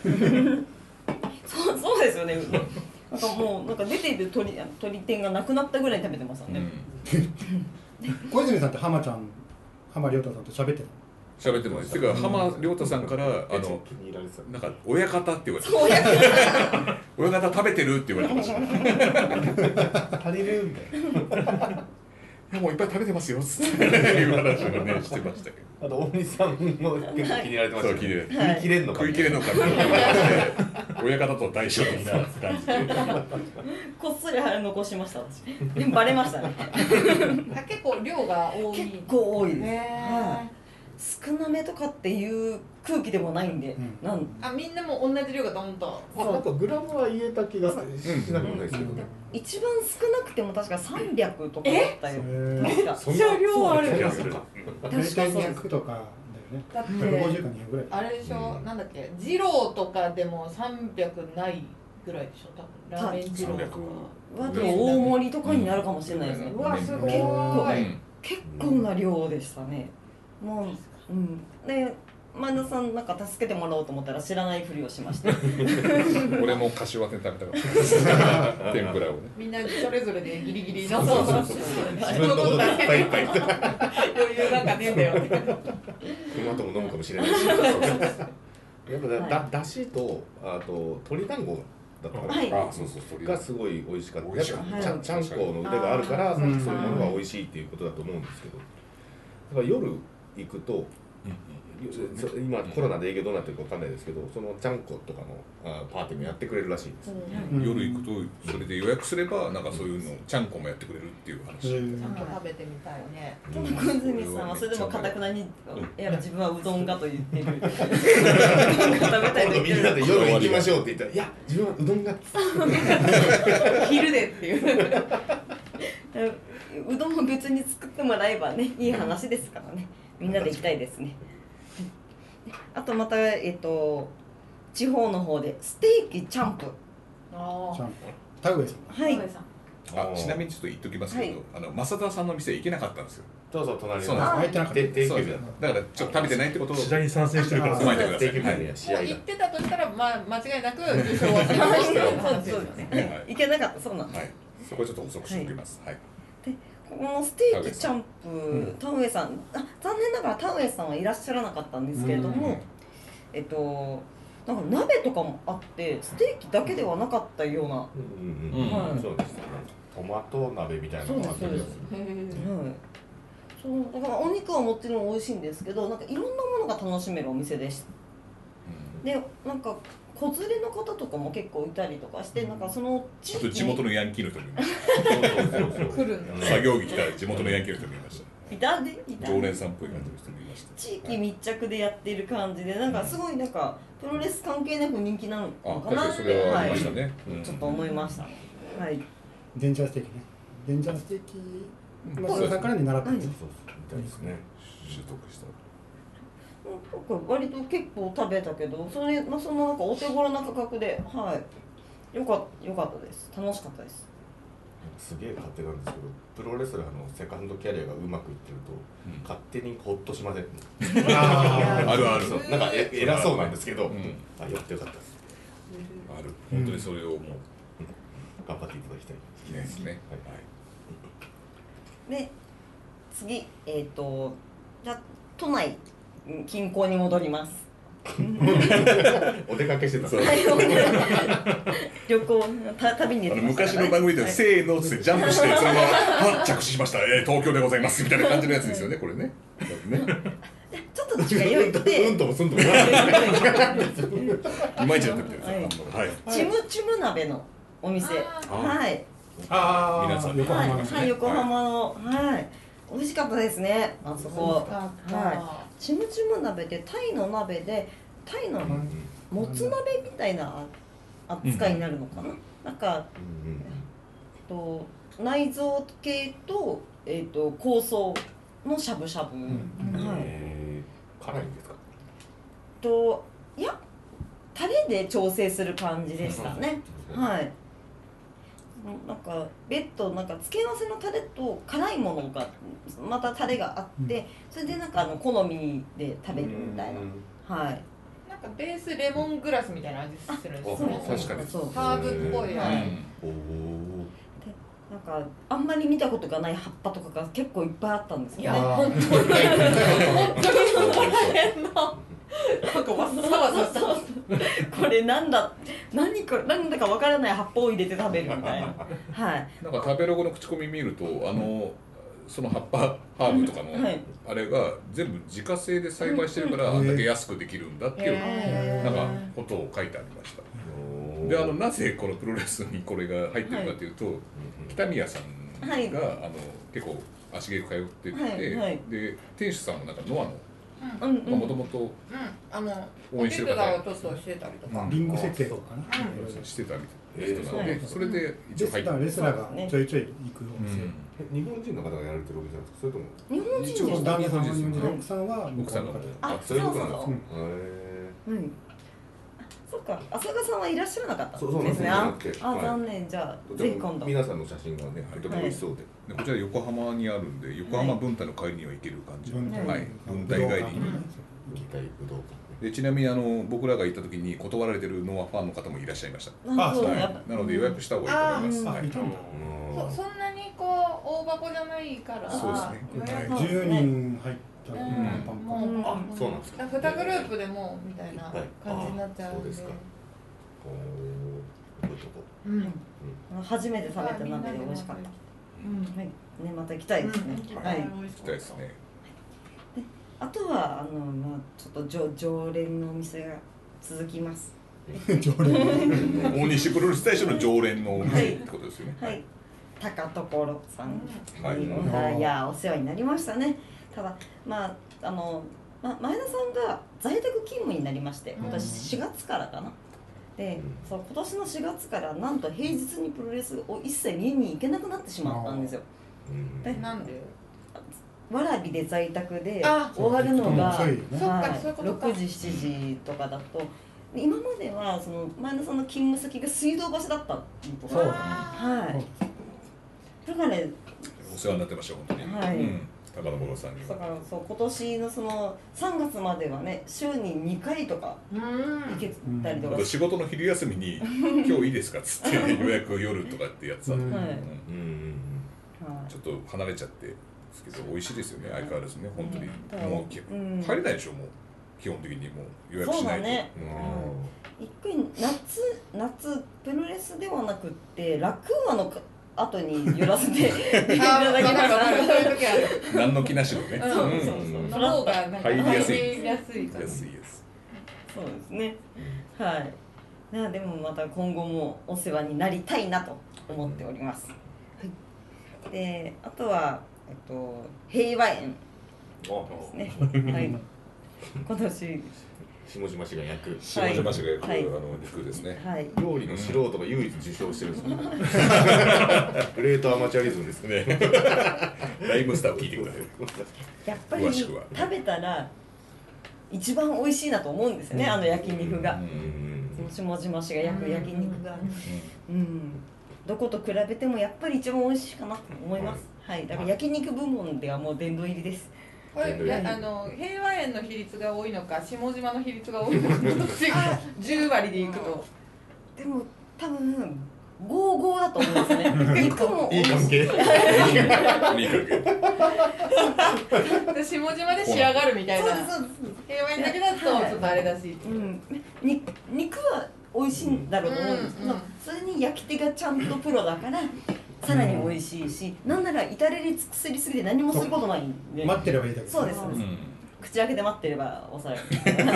S2: そうそうですよね。なんかもうなんか出ている鶏鶏天がなくなったぐらい食べてましたね。
S5: 小泉さんって浜ちゃん浜亮太さんと喋ってた。
S1: 喋ってます。てか浜亮太さんからあのなんか親方って言われて、親方食べてるって言われてました。
S5: 足りるみたいな。
S1: いやもういっぱい食べてますよっつっていう話をねしてましたけど。
S3: あと大西さんも結構気に入られてました。
S1: 食い
S3: 切れんのか。
S1: 食い切れんのか。親方と大将になる感じで。
S2: こっそり残しました私。でもバレましたね。
S6: 結構量が多い。
S2: 結構多いです。はい。少なめとかっていう空気でもないんで、うん、なん
S6: あみんなも同じ量がドンと
S3: なんかグラムは言えた気がしなくもないですけど、うんうん、
S2: 一番少なくても確かさんびゃくとかだったよ。
S6: めっちゃ量ある。
S5: 確かにひゃくとかだよね。だってひゃくごじゅうかにひゃくぐらい。
S6: あれでしょ、うん、なんだっけ二郎とかでもさんびゃくないぐらいでしょ多分ラーメン二郎とか
S2: はでも大盛りとかになるかもしれないですね。
S6: うわすごい。
S2: 結構結構な量でしたね。もううん、で前田さんなんか助けてもらおうと思ったら知らないふりをしました。
S1: 俺も柏天食べたかった天ぷらをね。
S6: みんなそれぞれでギリギリの
S3: そうそうそう自分のことでいっぱいいっぱい
S6: 余裕なんかねえんだよ。
S3: この後も飲むかもしれないし。やっぱだだしとあと鶏団子だったかな。
S1: あそうそう鶏
S3: がすごい美味しかった。やっぱちゃんちゃんこの腕があるからそういうものが美味しいっていうことだと思うんですけど。だから夜行くと、うん、今コロナで営業どうなってるかわかんないですけど、そのちゃんことかのあパーティーもやってくれるらしいです、
S1: うん、夜行くとそれで予約すればなんかそういうのちゃんこもやってくれるっていう話。
S6: ちゃんと食べてみたいね。
S2: 小泉さんはそれでもかたくなに、いや自分はうどんがと言ってる。うどんが食べたいと言ってる。
S3: みんなで夜行きましょうって言ったら、いや自分はうどんが
S6: 昼でっていう。
S2: うどんも別に作ってもらえばねいい話ですからね。みんなで行きたいですね。あとまたえっと地方の方でステーキチャンプ。
S6: ああ。
S5: 田上さん。
S2: はい。
S1: あちなみにちょっと言っときますけど、あの増田さんの店行けなかったんですよ。
S3: そうそう隣
S1: の。
S5: 空いてなかった。
S3: 定休日だった。
S1: だからちょっと食べてないってことを
S4: 試合に参戦してるから
S1: 踏まえてください。
S3: 定休日で試合だ。
S6: 行ってたとしたらまあ間違いなく受賞はしましたよ。
S2: そうですね。行けなかったそうなんです。
S1: はい。そこちょっと補足しておきます。はい。
S2: このステーキチャンプ、田上さん、あ残念ながら田上さんはいらっしゃらなかったんですけれども、えっとなんか鍋とかもあってステーキだけではなかったような、
S3: そうですね。トマト鍋みたいなのがあったりする。
S2: そうだからお肉はもちろん美味しいんですけど、なんかいろんなものが楽しめるお店でした。でなんか子連れの方とかも結構いたりとかして、なんかその
S1: 地域に地元のヤンキーの人もいました。
S6: 来るんだ。
S1: 作業着着た地元のヤンキーの人もいました。
S2: いたでいた。
S1: 常連さんっぽい感じの人もいました。
S2: 地域密着でやっている感じで、なんかすごいなんかプロレス関係なく人気なのかなって、はい、ちょっと思いました。はい。
S5: デンジャーステーキね。デンジャーステーキ、まあそれさんからに習ったんです。
S3: そうそうみたいですね。
S1: 習得した。
S2: 割と結構食べたけど、それ、まあ、そのなんかお手頃な価格で、はい、よかったよかったです。楽しかったです。
S3: すげえ勝手なんですけど、プロレスラーのセカンドキャリアがうまくいってると、うん、勝手にホッとしません。
S1: あ, あるある。
S3: なんかえ偉そうなんですけど、うん、あやってよかったです。
S1: ある。本当にそれをもう、うん、
S3: 頑張っていただきたい
S1: ですね。
S2: はい。で次えっ、ー、とじゃ都内近郊に戻ります。
S3: お出かけしてた。
S2: 旅行た旅に出てました。
S1: 昔の番組でせーのってジャンプしてそのまま着地しました。えー、東京でございますみたいな感じのやつですよねこれね。
S2: ちょっとと違いよって
S3: うんともすんともない
S1: いまいちだったみたいです。
S4: はい
S2: チムチム鍋のお店、はい
S5: ああ
S1: 皆さん
S5: 横浜のね、
S2: はい、横浜の、はい、美味しかったですね、あそこ。はい、チムチム鍋でタイの鍋でタイのもつ鍋みたいな扱いになるのかな。なんか、と内臓系とえっと香草のしゃぶしゃぶ。はい。
S3: 辛いんですか。
S2: といやタレで調整する感じでしたね。はい。なんか別途なんか付け合わせのタレと辛いものがまたタレがあって、それでなんかあの好みで食べるみたいな。はい。
S6: なんかベースレモングラスみたいな味するんですね。
S1: 確かに
S2: そう。
S6: ハーブっぽい味。
S3: おお。
S2: なんかあんまり見たことがない葉っぱとかが結構いっぱいあったんですけどね。
S6: 本当に本当にそこら辺のなんかわさわさそう
S2: これなんだ何かなんだかわからない葉っぱを入れて食べるみたいな。はい。
S1: なんか食べログの口コミ見るとあのその葉っぱハーブとかのあれが全部自家製で栽培してるからあんだけ安くできるんだっていうなんかことを書いてありました。であのなぜこのプロレスにこれが入ってるかというと、北宮さんが、はい、あの結構足毛通ってて、はいはい、で店主さんもなんかノアのもともと
S6: 応援してる方をちょっとしてたりとか、
S5: リング設定とかね、
S1: してたみたいな人なんで、それで
S5: 一応入ってレスラーがちょいちょい行くお店。
S3: 日本人の方がやられてるお店なんですか、それとも
S2: 日本人です。
S5: 旦那さんは日本人、奥さんは
S1: 奥さんの方。
S2: あ、
S3: そういうことなんですか。
S2: うん。そっか、浅香さんはいらっしゃらなかったんですね。あ、残念。じゃあぜひ今度。
S3: 皆さんの写真がね、とても美味しそうで。
S1: でこちら横浜にあるんで、横浜文体の帰りには行ける感じ。はい。文体帰りに。でちなみにあの僕らが行った時に断られてるノアファンの方もいらっしゃいました。
S2: あ、そう
S1: なので予約した方がいいと思います。はい。
S6: そそんなにこう大箱じゃないから。
S1: そうですね。
S5: じゅうにん入った。
S6: うん、もう
S3: あ、そうなんですか。
S6: にグループでもみたいな感じになっちゃうんで。
S2: うん。初めて食べた鍋で美味しかった。うん。はい。ね、また行きたいですね。はい。
S1: 行きたいですね。
S2: あとはあのまあちょっと常常連のお店が続きます。
S5: 常連。
S1: 大西プロレス大賞の常連のお店ってことですよね。
S2: はい。高所さん。はい。いやお世話になりましたね。ただまああの、ま、前田さんが在宅勤務になりまして、今年しがつからかな。で、そう今年のしがつからなんと平日にプロレスを一切見に行けなくなってしまったんですよ。
S6: で、なんで？
S2: 蕨で在宅で終わるのがろくじしちじとかだと、今まではその前田さんの勤務先が水道橋だったのとか、はいだからね
S1: お世話になってました本当に。はい。高田五郎さんには。だ
S2: からそう今年のそのさんがつまではね週ににかいとか行けたりとか。
S1: 仕事の昼休みに今日いいですかっつって予約夜とかってやつはちょっと離れちゃって。ですけど美味しいですよね相変わらずね本当にもう入れないでしょもう基本的にもう予約しないと。そうだね。一回夏夏プロレスではなくってラクーアの後に寄らせていただきました。 何の気なしのね。
S6: そうそうそう。その方が
S1: 入りやすい。
S6: 安い
S1: 安いです。
S2: そうですね。はい。なでもまた今後もお世話になりたいなと思っております。であとは。えっと、平和園ですね。はい。今年
S3: 下島氏が焼く
S1: 下島氏が焼く、はい、あの肉ですね。
S2: はい。
S3: 料理の素人が唯一受賞してるんですね。グレートアマチュアリズムですね。
S1: ライブスターを聞いてください。
S2: やっぱり食べたら一番美味しいなと思うんですよね。あの焼肉が。下島氏が焼く焼肉が。うん。どこと比べてもやっぱり一番美味しいかなと思います。はい、だから焼肉部門ではもう殿堂入りです。
S6: これあの平和園の比率が多いのか下島の比率が多いのかどっちがじゅうわりでいくと。
S2: でも多分ごじゅうごだと思うんですね。肉も
S3: いい関係。いい関
S6: 係。下島で仕上がるみたいな。平和園だけだとちょっとあれだし。
S2: うん。に肉は美味しいんだろうと思うんですけど、それに焼き手がちゃんとプロだから。さらに美味しいし、なんなら至れり尽くせりすぎて何もすることないんで。
S5: 待ってればいいだけ。
S2: そうです。 口開けて待ってればおそらく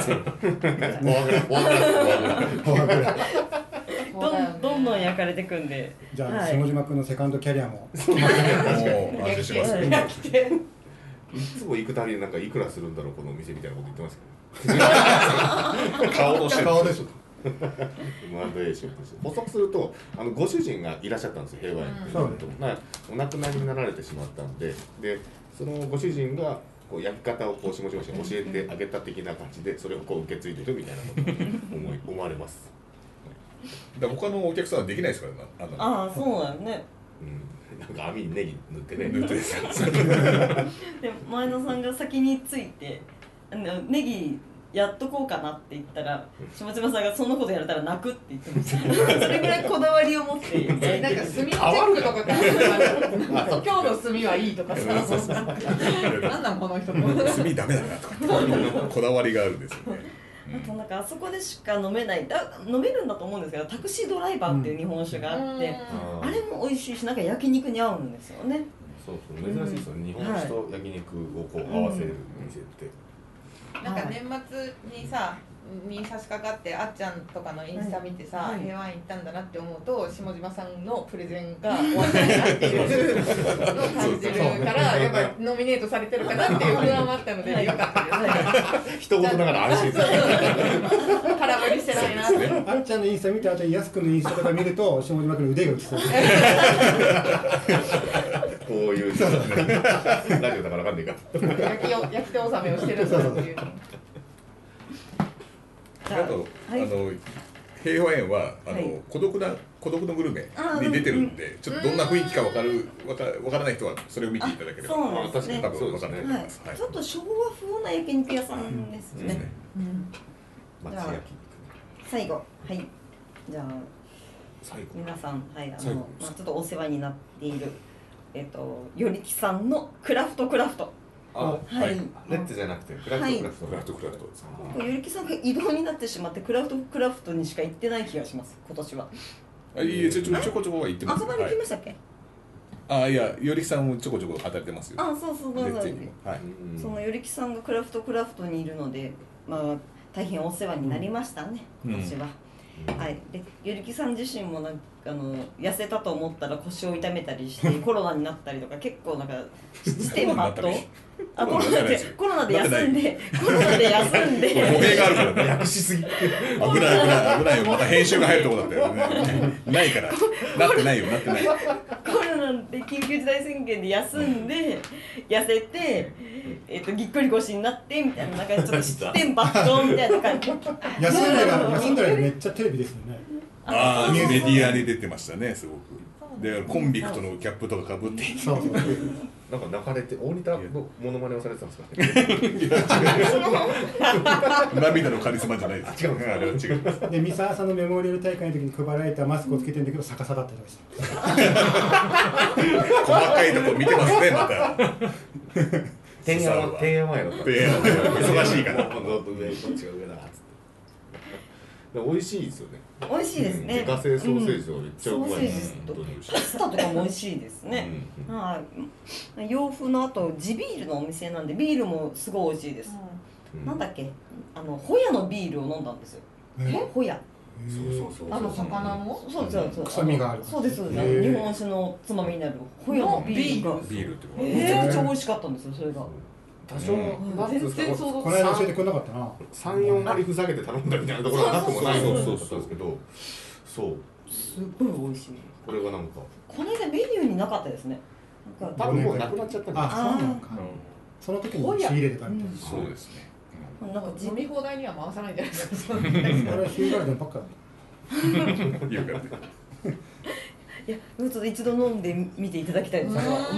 S2: どんどんどん焼かれてくんで、
S5: じゃあ、はい、下島君のセカンドキャリアももう安
S3: 心しますね。いつも行くたびになんかいくらするんだろうこのお店みたいなこと言ってますけど、顔の顔でしょ。まあでしょ。補足すると、あのご主人がいらっしゃったんですよ、平和園って。そうです。お亡くなりになられてしまったんで、でそのご主人がこう焼き方をこう下々教えてあげた的な感じで、それをこう受け継いでるみたいなことを思い思われます。
S1: だ他のお客さんはできないですから
S2: な。ああ、そうなんね。
S3: うん、なんか網にネギ塗ってね。塗ってです
S2: で前田さんが先について、あのネギやっとこうかなって言ったら、下島さんがそんなことやれたら泣くって言ってました。それぐらいこだわりを持って、
S6: なんか炭のチェックとか今日の炭はいいとかさ、なんなんこの人。
S1: 炭ダメだなとかこだわりがあるんですよね。
S2: あとなんかあそこでしか飲めないだ飲めるんだと思うんですけど、タクシードライバーっていう日本酒があって、うん、あれも美味しいし、なんか焼肉に合うんですよね。
S3: そうそう、珍しいですよね、うん、日本酒と焼肉をこう合わせる店って、
S6: うん、なんか年末にさに差し掛かってあっちゃんとかのインスタ見てさ、はい、平和園行ったんだなって思うと、下島さんのプレゼンが終わってないなっていうのを感じるから、やっぱりノミネートされてるかなっていう不安もあったのでよかったです。
S3: 一言ながら安心する。
S6: 空振りしてないなって。
S5: あっちゃんのインスタ見た後にやすくんのインスタとか見ると、下島君の腕が映そう。こ
S3: ういう人だね。ラジオだからわかんないか
S6: ら。焼きを焼き手納めをしてるんだっていう。
S1: あと、はい、あの平和園はあの、はい、孤独な孤独のグルメに出てるんで、うん、ちょっとどんな雰囲気か分かる分か分からない人はそれを見ていただければ、
S2: そうなんですね、
S1: 多分分かると思います。
S2: ちょっと昭和風な焼肉屋さんですね。じゃあ最後、はい、じゃあ皆さん、はい、あのまあちょっとお世話になっているえっとよりきさんのクラフトクラフト。
S3: あ、はい、レッツじゃなくてクラフトクラフト、クラフトクラフト。
S2: ゆりきさんが異動になってしまってクラフトクラフトにしか行ってない気がします今年は。
S1: あ、いえ、ちょちょちょこちょこは行ってます。
S2: あそこに行きましたっけ？
S1: あ、いや、よりきさんもちょこちょこ働いてますよ。
S2: あ、そうそうそう。はい。そのよりきさんがクラフトクラフトにいるので、まあ大変お世話になりましたね今年は。はい、でゆりきさん自身もなんかあの痩せたと思ったら腰を痛めたりしてコロナになったりとか結構なんか七点八倒あコロナでコロナで休んでコロナで休んで
S1: 語弊があるからね、
S3: 訳しすぎ危ない
S1: 危ない危ないよ、また編集が入るとこだったよね。ないからなってないよ、なってない。
S2: コロナで緊急事態宣言で休んで痩せて、えっとぎっくり腰になってみたいな、なんかちょっと七点抜刀みたいな感じ。
S5: 休んだら休んだらめっちゃテレビですよね。
S1: ああ、メディアに出てましたね、すごく。で、コンビクトのキャップとかかぶって。そうそう。
S3: なんか流れて大仁田のモノマネをされてたんですかね。いや
S1: 違う。涙のカリスマじゃないです。
S3: 違うね、あれは違う。
S5: で、三沢さんのメモリアル大会の時に配られたマスクをつけてるんだけど逆さだったりとかして。
S1: 細かいところ見てますね、また。
S3: 天山天山やろ。
S1: 天山忙しいから。
S3: どっと上、こっちが上だっつって。美味しいですよね。
S2: 美味しいですね。
S3: 自家製ソーセージとかめっちゃうまいです。
S2: パスタとかも美味しいですね。はい。洋風のあと地ビールのお店なんでビールもすごい美味しいです。なんだっけ、あのホヤのビールを飲んだんですよ。え、ホヤ。
S3: そうそうそう。
S6: あの魚の？
S2: そうそうそう。
S5: 臭みがある。
S2: そうです。日本酒のつまみになるホヤのビールが
S1: ビールって
S2: めちゃくちゃ美味しかったんですよ、それが。
S3: 多少
S6: 全然想像
S5: この間教えてくれなかったな。
S3: 三四割ふざけて頼んだみたいなところがなくもないのだったんですけど、そう
S2: すごい美味しい。
S3: これがなんか
S2: この間メニューになかったですね。
S3: 多分もうなくなっちゃったんです。
S5: あ、そうなのか。その時に仕入れてたみたいな。
S1: そうですね。
S6: なんか飲み放題には回さないんじゃないですか。こ
S5: れはヒューガルデンばっかだ。
S1: よかった。
S2: いや、ちょっと一度飲んでみていただきたいです。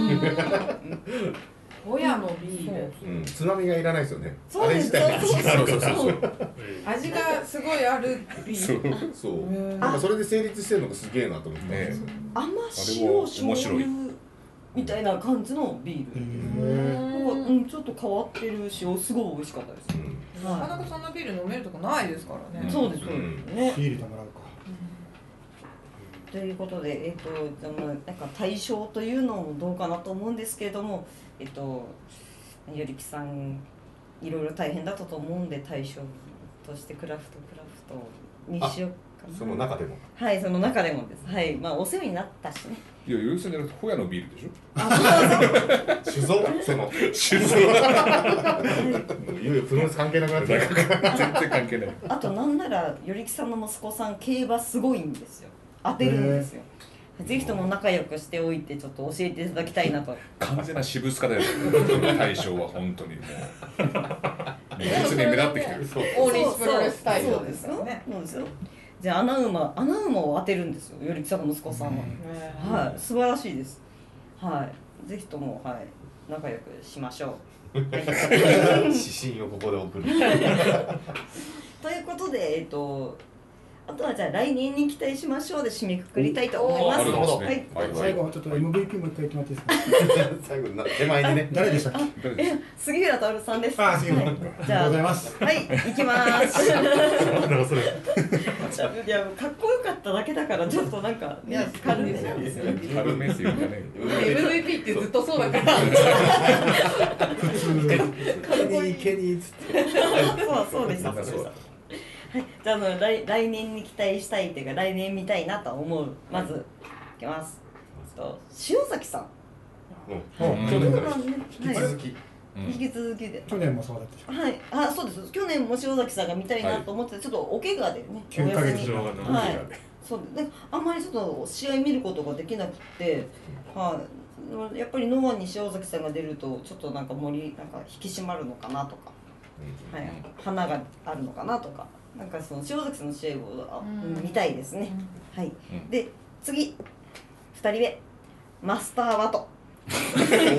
S6: ホヤのビール、
S3: うん、つまみがいらないですよね。
S2: あれ自体が味があるから。
S6: 味がすごいあるビール。
S3: そう。そう。なんかそれで成立してるのがすげえなと思って。
S2: 甘塩醤油みたいな感じのビール。うん、ちょっと変わってるし、すごい美味しかったです。
S6: なかなかそんなビール飲めるとこないですからね。
S2: そうですそうですね。
S5: ビールともらうか。
S2: ということで、えっと、なんか対象というのもどうかなと思うんですけれども、えっと、よりきさんいろいろ大変だったと思うんで、大賞としてクラフトクラフトにしようかな。
S3: その中でも
S2: はいその中でもです。はいまあお世話になったしね。
S1: いやよりさんじゃなくてホヤのビールでしょ。
S3: 酒造その
S1: 酒造
S3: いよいよプロレス関係なくなってる。
S1: 全然関係ない。
S2: あとなんならよりきさんの息子さん競馬すごいんですよ。当てるんですよ。ぜひとも仲良くしておいてちょっと教えていただきたいなと。
S1: 完全な渋スカだよ。大将は本当にもう。実に目立ってきてる。
S6: オーリープロレス大賞
S2: そうですよ。そうですよ。じゃあ穴馬穴馬を当てるんですよ。よりきさんの息子さんは。はい素晴らしいです。はいぜひともはい仲良くしましょう。
S3: 指針をここで送る。
S2: ということでえっと。あとはじゃあ来年に期待しましょうで締めくくりたいと思います。
S1: はい。
S5: 最後ちょっと エムブイピー もう一回決まっていいですか。
S3: 最後な手前にね。
S5: 誰でしたっけ。
S2: え杉浦徹さんです。
S5: あ杉浦。
S2: じゃあ
S5: ございます。
S2: はい行きます。
S4: なんだそれ。
S2: いやかっこよかっただけだからちょっとなんか
S6: いや
S2: 軽めなんですよ。
S1: 軽めっていうかね。
S6: エムブイピー ってずっとそうだから。
S5: 普通。ケニーケニーつって。
S2: そうそうです。そうです。はい、じゃあの来来年に期待したいというか来年見たいなと思うまずいきます。と塩崎さん。
S3: うん。去年から
S2: 引
S3: き続き。
S2: 引き続きで。
S5: 去年もそうだったし。
S2: はい。あそうです。去年も塩崎さんが見たいなと思ってちょっとお怪我でね。
S5: きゅうかげつ。
S2: はい。そうであんまりちょっと試合見ることができなくて、はい。やっぱりノアに塩崎さんが出るとちょっとなんか盛りなんか引き締まるのかなとか。はい。花があるのかなとか。なんかその塩崎さんの試合を、うん、見たいですね。うん、はい。うん、で次ふたりめマスターワト。
S6: これ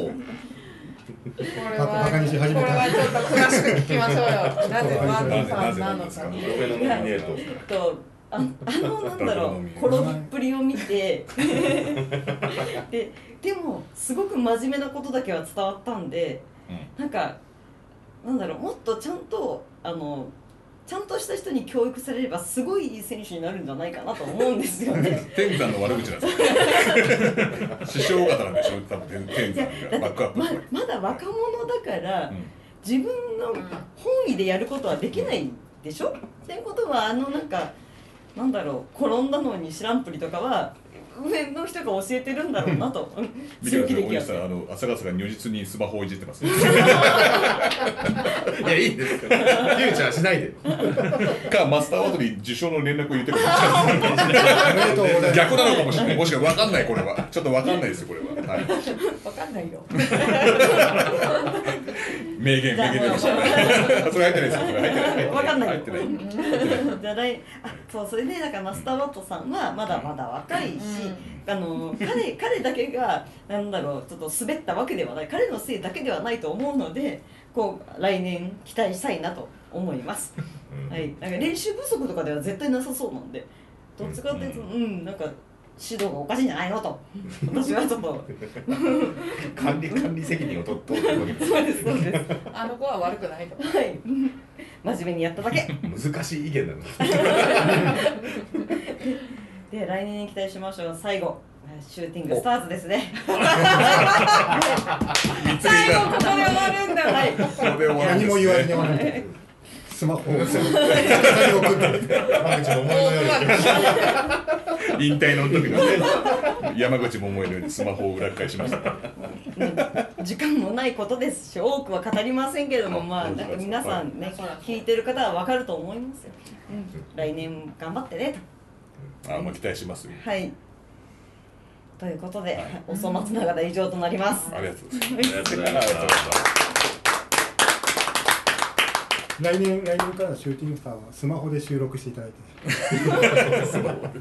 S6: は
S5: バカにし始めた。
S6: これはちょっと詳しく聞きましょうよ。なぜワトさんなのかに。
S2: えっとああのなんだろう転びっぷりを見てででもすごく真面目なことだけは伝わったんで、うん、なんかなんだろうもっとちゃんとあの。ちゃんとした人に教育されればすごいいい選手になるんじゃないかなと思うんですよね。
S1: 天山の悪口なんですよ。師匠方なんでしょ多分天山がバックアップ。
S2: ま, まだ若者だから、うん、自分の本意でやることはできないでしょ。っていうことはあのなんかなんだろう転んだのに知らんぷりとかは。上の人が教えてるんだろうなと。
S1: 見てください、お兄さん、あの朝霞が如実にスマホをいじってます。い
S3: や、いいですよ。フューチャーしないで。
S1: か、マスターワードに受賞の連絡を言ってくる。逆なのかもしれない。もしくは分かんない、これは。ちょっと分かんないですよ、これは。はい。
S6: 分かんないよ。
S1: 名言、名言出ました。それ入ってないですよ、それ入ってない。
S2: 分かんないよ。
S1: 入ってない。
S2: じゃないあそうそれでだからマスターワットさんはまだまだ若いし、うん、あの彼彼だけがなんだろうちょっと滑ったわけではない彼のせいだけではないと思うのでこう来年期待したいなと思います。はい。なんか練習不足とかでは絶対なさそうなんでどっちかっていうとうんなんか指導がおかしいんじゃないのと私はちょっと
S3: 管理管理責任を取ってるわけです。
S2: そうですそうです。
S6: あの子は悪くないと。
S2: はい。真面目にやっただけ。
S3: 難しい意見なの。
S2: で来年に期待しましょう。最後シューティングスターズですね。最後ここで終わるんだよ。はい。
S1: ここで終わるんですね。
S5: 何も言わずに終わる。スマホを送って山口の思いのよ
S1: うに引退の時のね山口百恵のようにスマホを裏返しました。
S2: 時間もないことですし多くは語りませんけれどもまあなんか皆さんね聞いてる方は分かると思いますよ。来年頑張ってね
S1: と。あまあ期待しますよ。
S2: はい。ということでお粗末ながら以上となります。
S1: ありがとうございます。
S5: 来年来年からシューティングスターはスマホで収録していただいて。スマホで。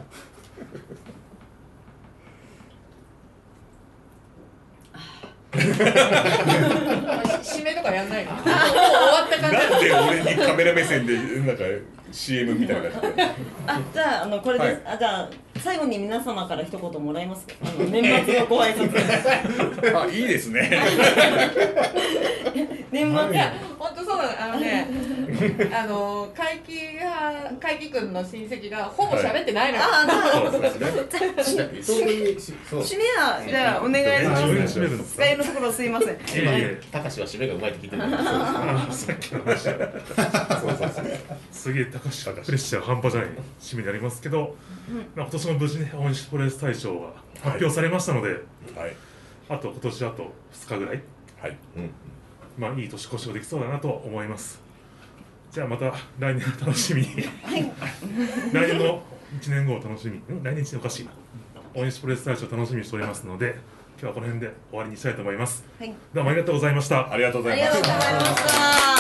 S6: 締めとかやんないの？もう終わった感じ。
S1: なんで俺にカメラ目線でなんか シーエム みたいな感じで。
S2: あじゃああのこれです。はい、あじゃあ最後に皆様から一言もらえますか。あの年末のご挨拶。
S1: あいいですね。
S2: 年末
S6: いや本当そうなのあのねあの海輝は海輝くんの親戚がほぼ喋ってないのよ。
S2: ああ、
S3: そうですね。締
S2: めはじゃあお願いします。使いのところすいません。
S3: たかしは締めがうまいって聞いてる。
S4: さっきの話。そうそうそう。すげえたかしプレッシャー半端じゃない締めになりますけど、まあ今年も無事ねオンシプレス大賞が発表されましたので、あと今年あとふつかぐらい。はい。まあいい年越しができそうだなと思います。じゃあまた来年楽しみに、はい、来年のいちねんごを楽しみに、来年いちねんおかしいな、オンエスプレス大賞楽しみにしておりますので、今日はこの辺で終わりにしたいと思います。はい、どうもありがとうございました。
S1: ありがとうございました。
S2: ありがとうございました。